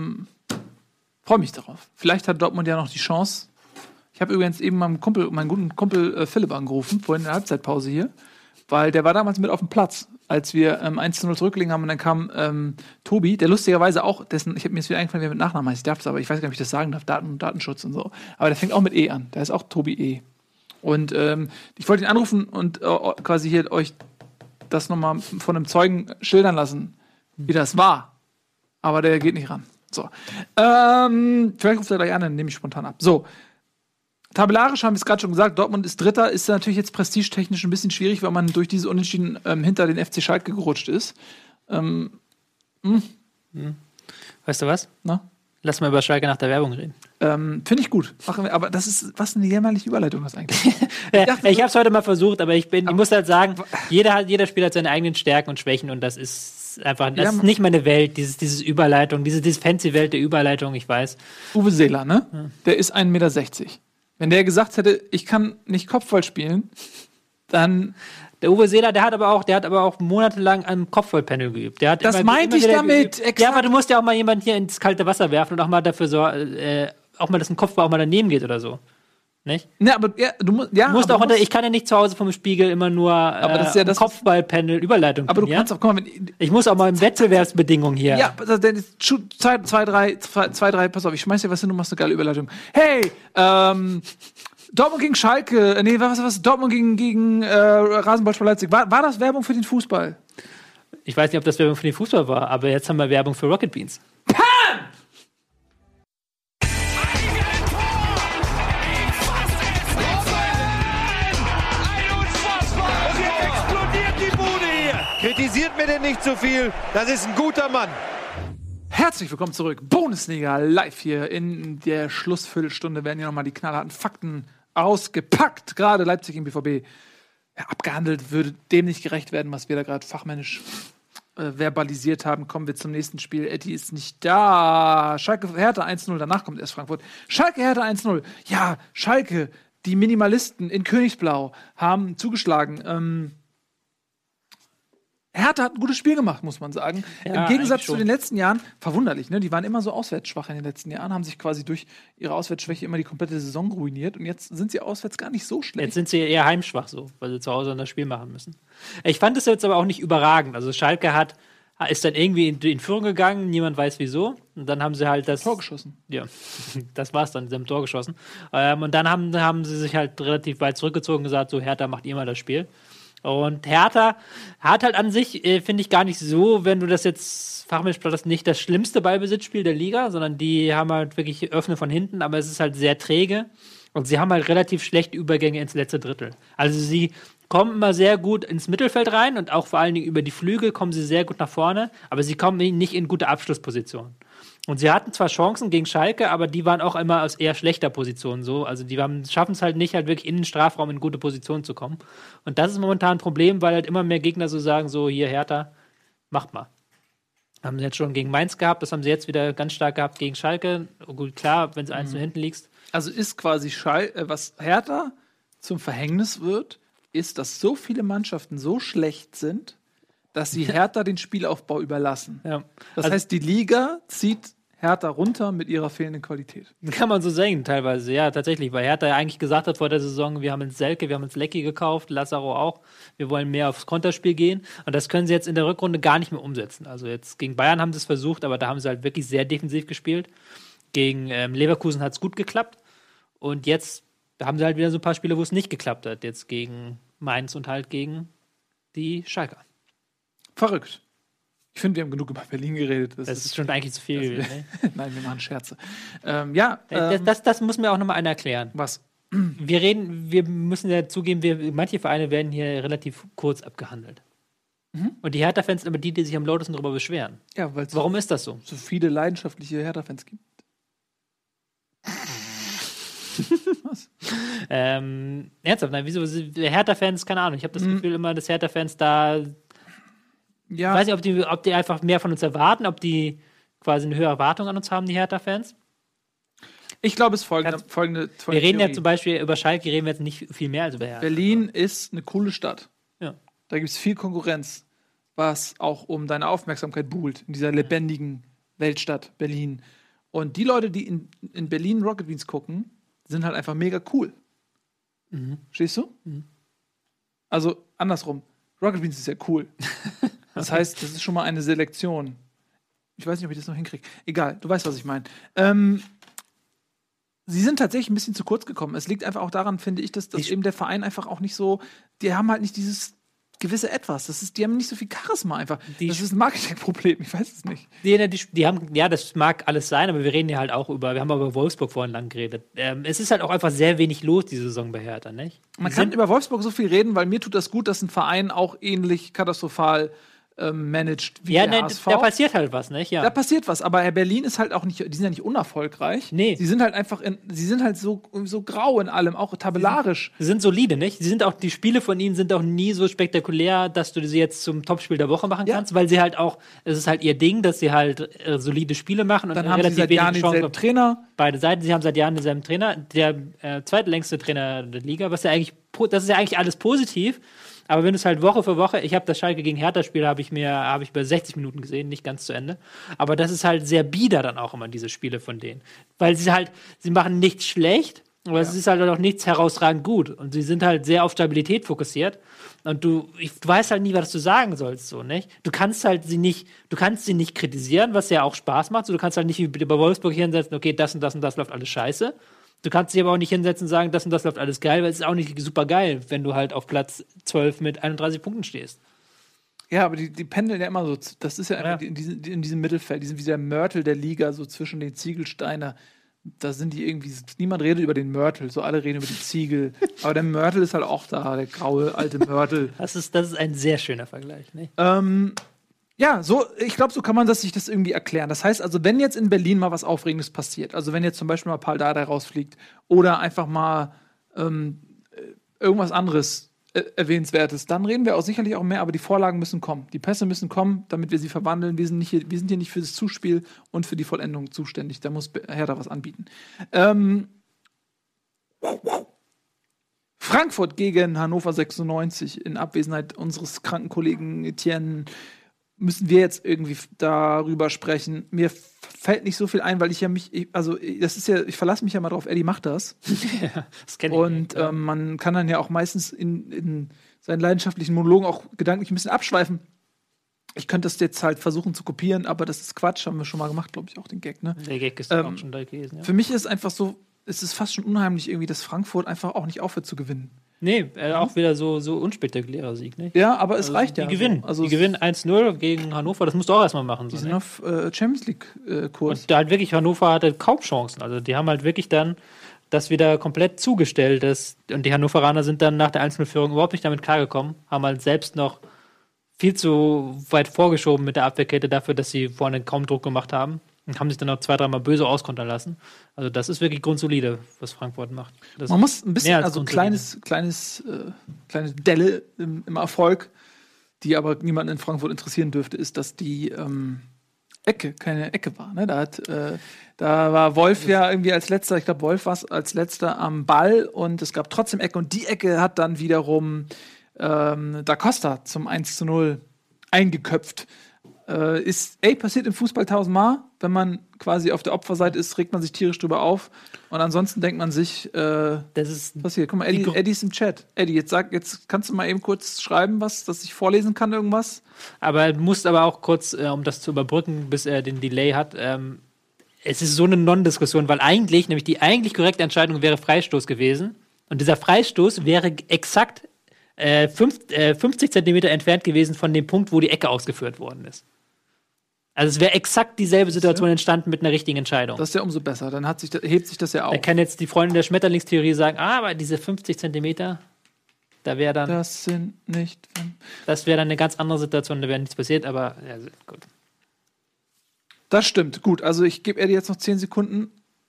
freue mich darauf. Vielleicht hat Dortmund ja noch die Chance. Ich habe übrigens eben meinen guten Kumpel Philipp angerufen, vorhin in der Halbzeitpause hier, weil der war damals mit auf dem Platz, als wir 1:0 zurückgelegen haben und dann kam Tobi, der lustigerweise auch, ich habe mir jetzt wieder eingefallen, wer mit Nachnamen heißt, ich darf es, aber ich weiß gar nicht, ob ich das sagen darf, Datenschutz und so. Aber der fängt auch mit E an, der ist auch Tobi E. Und ich wollte ihn anrufen und quasi hier euch das nochmal von einem Zeugen schildern lassen, wie das war. Aber der geht nicht ran. So. Vielleicht ruft er gleich an, dann nehme ich spontan ab. So. Tabellarisch haben wir es gerade schon gesagt, Dortmund ist Dritter, ist natürlich jetzt prestigetechnisch ein bisschen schwierig, weil man durch diese Unentschieden hinter den FC Schalke gerutscht ist. Weißt du was? Na? Lass mal über Schalke nach der Werbung reden. Finde ich gut. Machen wir, aber das ist, was eine jämmerliche Überleitung das eigentlich. Ich habe es heute mal versucht, aber ich muss halt sagen, jeder Spieler hat seine eigenen Stärken und Schwächen und das ist einfach, das ist nicht meine Welt, diese Überleitung, diese fancy Welt der Überleitung, ich weiß. Uwe Seeler, ne? Ja. Der ist 1,60 Meter. Wenn der gesagt hätte, ich kann nicht Kopfball spielen, dann... Der Uwe Seeler, der hat aber auch monatelang am Kopfballpanel geübt. Das meinte ich damit. Ja, aber du musst ja auch mal jemanden hier ins kalte Wasser werfen und auch mal dafür auch mal, dass ein Kopfball auch mal daneben geht oder so. Nicht? Ne, aber du musst auch ich kann ja nicht zu Hause vom Spiegel immer nur das Kopfballpanel Überleitung. Aber du kannst auch, guck mal, ich muss auch mal in Wettbewerbsbedingungen hier. Ja, 2, 3, pass auf, ich schmeiß dir was hin, du machst eine geile Überleitung. Hey, Dortmund gegen Schalke, Dortmund gegen Rasenballsport Leipzig. War das Werbung für den Fußball? Ich weiß nicht, ob das Werbung für den Fußball war, aber jetzt haben wir Werbung für Rocket Beans. Pam! Kritisiert mir denn nicht so viel, das ist ein guter Mann. Herzlich willkommen zurück. Bundesliga live hier in der Schlussviertelstunde werden hier nochmal die knallharten Fakten ausgepackt. Gerade Leipzig im BVB abgehandelt, würde dem nicht gerecht werden, was wir da gerade fachmännisch verbalisiert haben. Kommen wir zum nächsten Spiel. Eddie ist nicht da. Schalke Hertha 1:0, danach kommt erst Frankfurt. Schalke Hertha 1:0. Ja, Schalke, die Minimalisten in Königsblau haben zugeschlagen. Hertha hat ein gutes Spiel gemacht, muss man sagen. Ja, im Gegensatz zu den letzten Jahren, verwunderlich, ne? Die waren immer so auswärtsschwach in den letzten Jahren, haben sich quasi durch ihre Auswärtsschwäche immer die komplette Saison ruiniert und jetzt sind sie auswärts gar nicht so schlecht. Jetzt sind sie eher heimschwach so, weil sie zu Hause das Spiel machen müssen. Ich fand es jetzt aber auch nicht überragend. Also Schalke hat ist dann irgendwie in Führung gegangen, niemand weiß wieso. Und dann haben sie halt das Tor geschossen. Ja, das war's dann, sie haben Tor geschossen. Und dann haben sie sich halt relativ weit zurückgezogen und gesagt, so Hertha, macht ihr mal das Spiel. Und Hertha hat halt an sich, finde ich, gar nicht so, wenn du das jetzt fachmännisch das nicht das schlimmste Ballbesitzspiel der Liga, sondern die haben halt wirklich Öffnen von hinten, aber es ist halt sehr träge. Und sie haben halt relativ schlechte Übergänge ins letzte Drittel. Also sie kommen immer sehr gut ins Mittelfeld rein und auch vor allen Dingen über die Flügel kommen sie sehr gut nach vorne, aber sie kommen nicht in gute Abschlusspositionen. Und sie hatten zwar Chancen gegen Schalke, aber die waren auch immer aus eher schlechter Position so. Also die schaffen es halt nicht, halt wirklich in den Strafraum in gute Position zu kommen. Und das ist momentan ein Problem, weil halt immer mehr Gegner so sagen, so hier Hertha, macht mal. Haben sie jetzt schon gegen Mainz gehabt, das haben sie jetzt wieder ganz stark gehabt gegen Schalke. Gut, klar, wenn es 1-0 hinten liegst. Also ist quasi was Hertha zum Verhängnis wird, ist, dass so viele Mannschaften so schlecht sind, dass sie Hertha den Spielaufbau überlassen. Ja. Das heißt, die Liga zieht Hertha runter mit ihrer fehlenden Qualität. Kann man so sagen, teilweise, ja, tatsächlich, weil Hertha ja eigentlich gesagt hat vor der Saison, wir haben uns Selke, wir haben uns Leckie gekauft, Lazaro auch, wir wollen mehr aufs Konterspiel gehen und das können sie jetzt in der Rückrunde gar nicht mehr umsetzen. Also jetzt gegen Bayern haben sie es versucht, aber da haben sie halt wirklich sehr defensiv gespielt. Gegen Leverkusen hat es gut geklappt und jetzt haben sie halt wieder so ein paar Spiele, wo es nicht geklappt hat, jetzt gegen Mainz und halt gegen die Schalker. Verrückt. Ich finde, wir haben genug über Berlin geredet. Das ist schon eigentlich zu viel gewesen. Ne? Nein, wir machen Scherze. Das muss mir auch nochmal einer erklären. Was? Wir müssen ja zugeben, manche Vereine werden hier relativ kurz abgehandelt. Und die Hertha-Fans sind immer die sich am lautesten darüber beschweren. Ja, warum ist das so? So viele leidenschaftliche Hertha-Fans gibt. Was? Ernsthaft, nein, wieso? Hertha-Fans, keine Ahnung. Ich habe das Gefühl immer, dass Hertha-Fans da. Ja. Ich weiß nicht, ob die einfach mehr von uns erwarten, ob die quasi eine höhere Erwartung an uns haben, die Hertha-Fans. Ich glaube, es ist folgende wir reden ja zum Beispiel über Schalke, reden wir jetzt nicht viel mehr als über Hertha. Berlin ist eine coole Stadt. Ja. Da gibt es viel Konkurrenz, was auch um deine Aufmerksamkeit buhlt, in dieser lebendigen Weltstadt Berlin. Und die Leute, die in Berlin Rocket Beans gucken, sind halt einfach mega cool. Verstehst du? Also andersrum. Rocket Beans ist ja cool. Das heißt, das ist schon mal eine Selektion. Ich weiß nicht, ob ich das noch hinkriege. Egal, du weißt, was ich meine. Sie sind tatsächlich ein bisschen zu kurz gekommen. Es liegt einfach auch daran, finde ich, dass eben der Verein einfach auch nicht so, die haben halt nicht dieses gewisse Etwas. Die haben nicht so viel Charisma einfach. Das ist ein Marketingproblem, ich weiß es nicht. Die haben, ja, das mag alles sein, aber wir reden ja halt auch wir haben über Wolfsburg vorhin lang geredet. Es ist halt auch einfach sehr wenig los, diese Saison bei Hertha, nicht? Man kann über Wolfsburg so viel reden, weil mir tut das gut, dass ein Verein auch ähnlich katastrophal managt wie der HSV. Da passiert halt was, nicht? Ja. Da passiert was, aber Berlin ist halt auch nicht, die sind ja nicht unerfolgreich. Nee. Sie sind halt einfach, sie sind halt so grau in allem, auch tabellarisch. Sie sind solide, nicht? Die Spiele von ihnen sind auch nie so spektakulär, dass du sie jetzt zum Topspiel der Woche machen kannst, weil sie halt auch, es ist halt ihr Ding, dass sie halt solide Spiele machen und dann haben sie seit Jahren denselben Trainer. Beide Seiten, sie haben seit Jahren denselben Trainer, der zweitlängste Trainer der Liga, das ist ja eigentlich alles positiv. Aber wenn es halt Woche für Woche, ich habe das Schalke gegen Hertha-Spiel, habe ich bei 60 Minuten gesehen, nicht ganz zu Ende. Aber das ist halt sehr bieder dann auch immer, diese Spiele von denen. Weil sie machen nichts schlecht, aber es ist halt auch nichts herausragend gut. Und sie sind halt sehr auf Stabilität fokussiert. Und du weißt halt nie, was du sagen sollst, so, nicht? Du kannst sie nicht kritisieren, was ja auch Spaß macht. So, du kannst halt nicht wie bei Wolfsburg hier hinsetzen, okay, das und das und das läuft alles scheiße. Du kannst dich aber auch nicht hinsetzen und sagen, das und das läuft alles geil, weil es ist auch nicht super geil, wenn du halt auf Platz 12 mit 31 Punkten stehst. Ja, aber die pendeln ja immer so, das ist ja einfach in diesem Mittelfeld, die sind wie der Mörtel der Liga, so zwischen den Ziegelsteiner. Da sind die irgendwie, niemand redet über den Mörtel, so alle reden über die Ziegel. Aber der Mörtel ist halt auch da, der graue, alte Mörtel. Das ist ein sehr schöner Vergleich, ne? Ja, ich glaube, so kann man sich das irgendwie erklären. Das heißt also, wenn jetzt in Berlin mal was Aufregendes passiert, also wenn jetzt zum Beispiel mal Paul Dardai rausfliegt oder einfach mal irgendwas anderes Erwähnenswertes, dann reden wir auch sicherlich auch mehr, aber die Vorlagen müssen kommen. Die Pässe müssen kommen, damit wir sie verwandeln. Wir sind hier nicht für das Zuspiel und für die Vollendung zuständig. Da muss Hertha was anbieten. Frankfurt gegen Hannover 96 in Abwesenheit unseres kranken Kollegen Etienne. Müssen wir jetzt irgendwie darüber sprechen? Mir fällt nicht so viel ein, weil ich verlasse mich ja mal drauf, Eddie macht das. Ja, das kenn ich. Und man kann dann ja auch meistens in seinen leidenschaftlichen Monologen auch gedanklich ein bisschen abschweifen. Ich könnte das jetzt halt versuchen zu kopieren, aber das ist Quatsch, haben wir schon mal gemacht, glaube ich, auch den Gag, ne? Der Gag ist auch schon da gewesen, ja. Für mich ist es einfach so, es ist fast schon unheimlich irgendwie, dass Frankfurt einfach auch nicht aufhört zu gewinnen. Nee, auch wieder so unspektakulärer Sieg, ne? Ja, aber es reicht ja. Die gewinnen. Also die gewinnen 1-0 gegen Hannover, das musst du auch erstmal machen. Die So, sind ne? auf Champions League-Kurs. Und da halt wirklich, Hannover hatte kaum Chancen. Also die haben halt wirklich dann das wieder komplett zugestellt. Und die Hannoveraner sind dann nach der 1-0-Führung überhaupt nicht damit klargekommen, haben halt selbst noch viel zu weit vorgeschoben mit der Abwehrkette dafür, dass sie vorne kaum Druck gemate haben. Und haben sich dann noch 2-3 Mal böse auskontern lassen. Also das ist wirklich grundsolide, was Frankfurt macht. Das Man muss ein bisschen, als also kleine Delle im Erfolg, die aber niemanden in Frankfurt interessieren dürfte, ist, dass die Ecke keine Ecke war. Ne? Da war Wolf ja irgendwie als letzter, ich glaube Wolf war als letzter am Ball und es gab trotzdem Ecke und die Ecke hat dann wiederum Da Costa zum 1-0 eingeköpft. Passiert im Fußball 1000-mal. Wenn man quasi auf der Opferseite ist, regt man sich tierisch drüber auf. Und ansonsten denkt man sich, das ist passiert. Guck mal, Eddie ist im Chat. Eddie, jetzt kannst du mal eben kurz schreiben, dass ich vorlesen kann, irgendwas. Aber du musst aber auch kurz, um das zu überbrücken, bis er den Delay hat, es ist so eine Non-Diskussion, weil nämlich die eigentlich korrekte Entscheidung wäre Freistoß gewesen. Und dieser Freistoß wäre exakt 50 Zentimeter entfernt gewesen von dem Punkt, wo die Ecke ausgeführt worden ist. Also es wäre exakt dieselbe Situation entstanden mit einer richtigen Entscheidung. Das ist ja umso besser, dann hebt sich das ja auf. Da kann jetzt die Freundin der Schmetterlingstheorie sagen, aber diese 50 Zentimeter, da wäre dann... Das sind nicht... Das wäre dann eine ganz andere Situation, da wäre nichts passiert, aber ja, gut. Das stimmt, gut. Also ich gebe Eddie jetzt noch 10 Sekunden.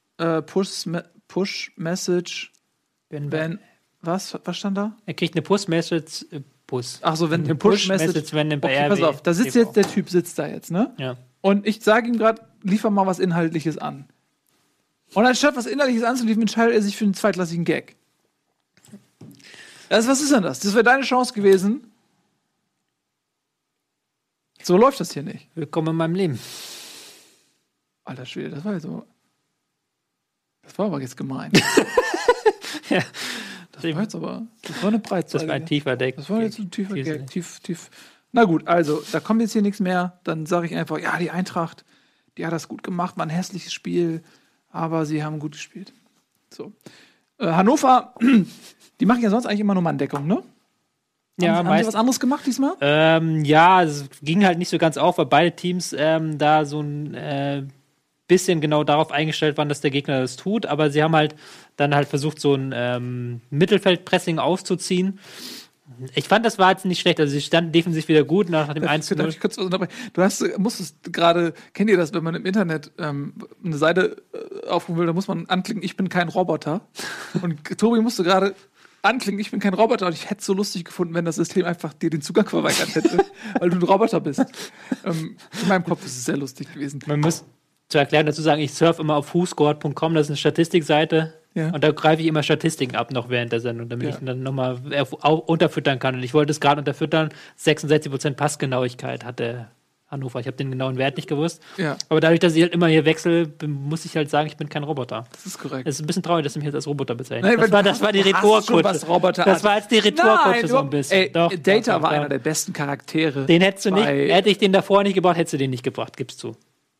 Push-Message. Was stand da? Er kriegt eine Push-Message. Achso, wenn eine Push-Message, wenn bei okay, pass auf, da sitzt jetzt, der Typ sitzt da jetzt, ne? Ja. Und ich sage ihm gerade, liefer mal was Inhaltliches an. Und anstatt was Inhaltliches anzuliefern, entscheidet er sich für einen zweitklassigen Gag. Also, was ist denn das? Das wäre deine Chance gewesen. So läuft das hier nicht. Willkommen in meinem Leben. Alter Schwede, das war aber jetzt gemein. Ja. Das war eine Breitseite. Das war ein tiefer Deck. Das war jetzt ein tiefer Deck. Tief. Na gut, also, da kommt jetzt hier nichts mehr. Dann sage ich einfach, ja, die Eintracht, die hat das gut gemacht, war ein hässliches Spiel, aber sie haben gut gespielt. So. Hannover, die machen ja sonst eigentlich immer nur Manndeckung, ne? Ja, haben sie was anderes gemacht diesmal? Ja, es ging halt nicht so ganz auf, weil beide Teams da so ein bisschen genau darauf eingestellt waren, dass der Gegner das tut, aber sie haben halt dann halt versucht, so ein Mittelfeldpressing aufzuziehen. Ich fand, das war jetzt nicht schlecht, also sie standen defensiv wieder gut nach dem 1-0. Musstest gerade, kennt ihr das, wenn man im Internet eine Seite aufrufen will, da muss man anklicken, ich bin kein Roboter. Und Tobi musste gerade anklicken, ich bin kein Roboter, und ich hätte es so lustig gefunden, wenn das System einfach dir den Zugang verweigert hätte, weil du ein Roboter bist. In meinem Kopf ist es sehr lustig gewesen. Man muss zu erklären, dazu sagen, ich surfe immer auf whoscored.com, das ist eine Statistikseite, und da greife ich immer Statistiken ab noch während der Sendung, damit ich dann nochmal unterfüttern kann. Und ich wollte es gerade unterfüttern, 66% Passgenauigkeit hatte Hannover. Ich habe den genauen Wert nicht gewusst. Ja. Aber dadurch, dass ich halt immer hier wechsle, muss ich halt sagen, ich bin kein Roboter. Das ist korrekt. Es ist ein bisschen traurig, dass du mich jetzt als Roboter bezeichnest. Nein, das war die Retourkutsche. Das war jetzt die Retourkutsche so ein bisschen. Data war einer der besten Charaktere. Den hättest du nicht, hätte ich den davor nicht gebracht, hättest du den nicht gebracht, gibst du.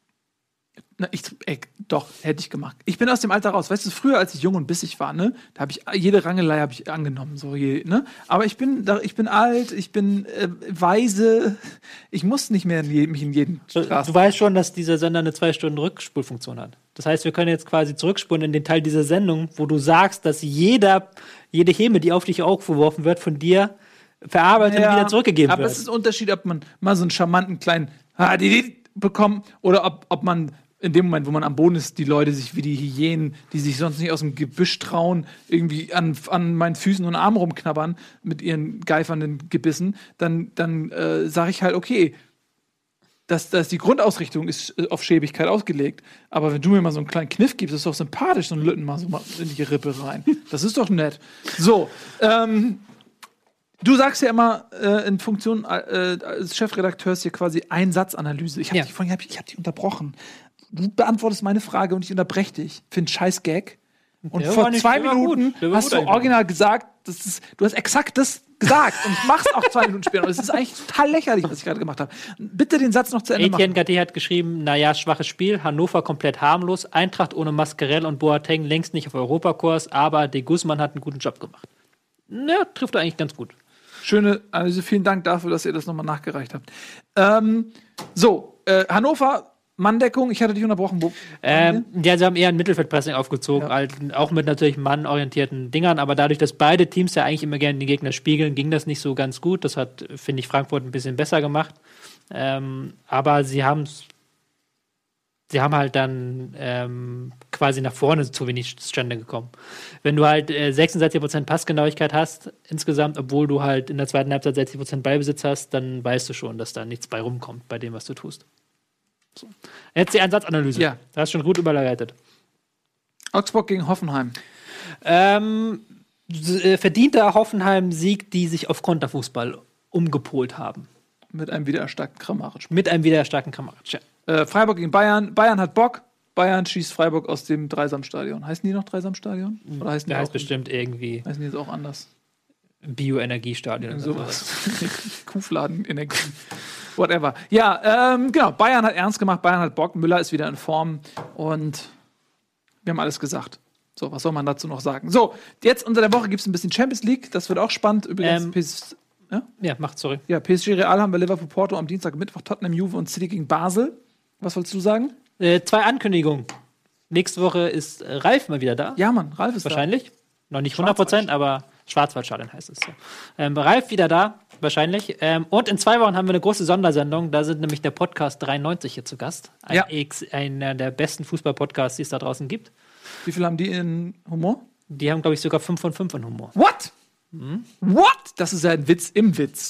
Doch, hätte ich gemacht. Ich bin aus dem Alter raus. Weißt du, früher, als ich jung und bissig war, ne, da habe ich jede Rangelei angenommen. Ne? Aber ich bin alt, ich bin weise. Ich muss nicht mehr mich in jeden Straßen. Du weißt schon, dass dieser Sender eine 2-Stunden-Rückspulfunktion hat. Das heißt, wir können jetzt quasi zurückspulen in den Teil dieser Sendung, wo du sagst, dass jede Häme, die auf dich aufgeworfen wird, von dir verarbeitet und wieder zurückgegeben wird. Aber es ist ein Unterschied, ob man mal so einen charmanten kleinen bekommt oder ob man in dem Moment, wo man am Boden ist, die Leute sich wie die Hyänen, die sich sonst nicht aus dem Gebüsch trauen, irgendwie an meinen Füßen und Armen rumknabbern mit ihren geifernden Gebissen, dann sage ich halt, okay, dass die Grundausrichtung ist auf Schäbigkeit ausgelegt. Aber wenn du mir mal so einen kleinen Kniff gibst, ist doch sympathisch, so einen Lütten mal so in die Rippe rein. Das ist doch nett. So, du sagst ja immer in Funktion als Chefredakteurs hier quasi Einsatzanalyse. Ich habe dich unterbrochen. Du beantwortest meine Frage und ich unterbreche dich für einen scheiß Gag. Und vor 2 Minuten hast du original gesagt, du hast exakt das gesagt und ich mach's auch 2 Minuten später. Und es ist eigentlich total lächerlich, was ich gerade gemacht habe. Bitte den Satz noch zu Ende Etienne machen. Gatti hat geschrieben, naja, schwaches Spiel, Hannover komplett harmlos, Eintracht ohne Mascarell und Boateng längst nicht auf Europakurs, aber de Guzman hat einen guten Job gemacht. Ja, trifft er eigentlich ganz gut. Schöne Analyse. Vielen Dank dafür, dass ihr das nochmal nachgereicht habt. Hannover, Manndeckung. Ich hatte dich unterbrochen. Ja, sie haben eher ein Mittelfeldpressing aufgezogen, halt, auch mit natürlich mannorientierten Dingern, aber dadurch, dass beide Teams ja eigentlich immer gerne den Gegner spiegeln, ging das nicht so ganz gut. Das hat, finde ich, Frankfurt ein bisschen besser gemacht. Aber sie haben halt dann quasi nach vorne zu wenig zustande gekommen. Wenn du halt 66% Passgenauigkeit hast insgesamt, obwohl du halt in der zweiten Halbzeit 60% Ballbesitz hast, dann weißt du schon, dass da nichts bei rumkommt bei dem, was du tust. So. Jetzt die Einsatzanalyse. Ja. Da hast du schon gut überleitet. Augsburg gegen Hoffenheim. Verdienter Hoffenheim-Sieg, die sich auf Konterfußball umgepolt haben. Mit einem wieder erstarkten Kramaric. Ja. Freiburg gegen Bayern. Bayern hat Bock. Bayern schießt Freiburg aus dem Dreisamstadion. Heißen die noch Dreisamstadion? Oder heißen die Der heißt auch, bestimmt irgendwie heißen die jetzt auch anders? Bioenergiestadion oder sowas. Kuhfladenenergie. Whatever. Ja, genau. Bayern hat ernst gemacht. Bayern hat Bock. Müller ist wieder in Form. Und wir haben alles gesagt. So, was soll man dazu noch sagen? So, jetzt unter der Woche gibt es ein bisschen Champions League. Das wird auch spannend. Übrigens, sorry. Ja, PSG Real haben wir Liverpool Porto am Dienstag, Mittwoch Tottenham Juve und City gegen Basel. Was wolltest du sagen? 2 Ankündigungen. Nächste Woche ist Ralf mal wieder da. Ja, Mann, Ralf ist wahrscheinlich. Noch nicht 100%, aber Schwarzwaldstadion heißt es so. Ralf wieder da, wahrscheinlich. Und in 2 Wochen haben wir eine große Sondersendung. Da sind nämlich der Podcast 93 hier zu Gast. Einer der besten Fußball-Podcasts, die es da draußen gibt. Wie viel haben die in Humor? Die haben, glaube ich, sogar 5 von 5 in Humor. What? What? Das ist ja ein Witz im Witz.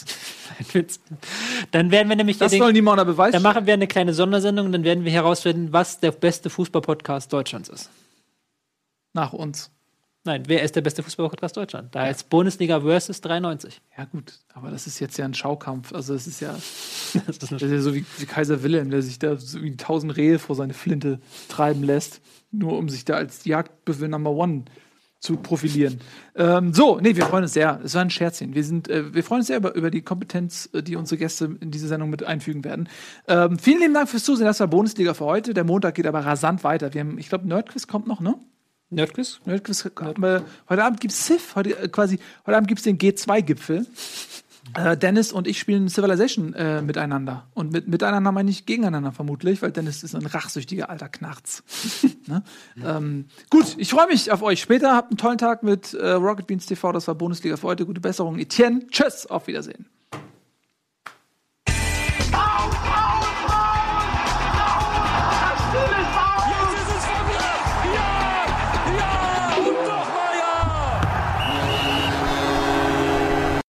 Dann werden wir nämlich. Das soll niemand unter Beweis Dann machen wir eine kleine Sondersendung und dann werden wir herausfinden, was der beste Fußball-Podcast Deutschlands ist. Nach uns. Nein, wer ist der beste Fußball-Podcast Deutschlands? Da heißt Bundesliga versus 93. Ja, gut, aber das ist jetzt ja ein Schaukampf. Also, es ist ja. Das ist ja so wie Kaiser Wilhelm, der sich da so wie 1000 Rehe vor seine Flinte treiben lässt, nur um sich da als Jagdbüffel Number One zu profilieren. Wir freuen uns sehr. Es war ein Scherzchen. Wir freuen uns sehr über die Kompetenz, die unsere Gäste in diese Sendung mit einfügen werden. Vielen lieben Dank fürs Zusehen. Das war Bundesliga für heute. Der Montag geht aber rasant weiter. Ich glaube, Nerdquiz kommt noch, ne? Nerdquiz kommt. Heute Abend gibt es Civ. Heute Abend gibt es den G2-Gipfel. Dennis und ich spielen Civilization miteinander. Und miteinander meine ich gegeneinander vermutlich, weil Dennis ist ein rachsüchtiger alter Knarz. Ne? Gut, ich freue mich auf euch später. Habt einen tollen Tag mit Rocket Beans TV. Das war Bundesliga für heute. Gute Besserung. Etienne, tschüss, auf Wiedersehen.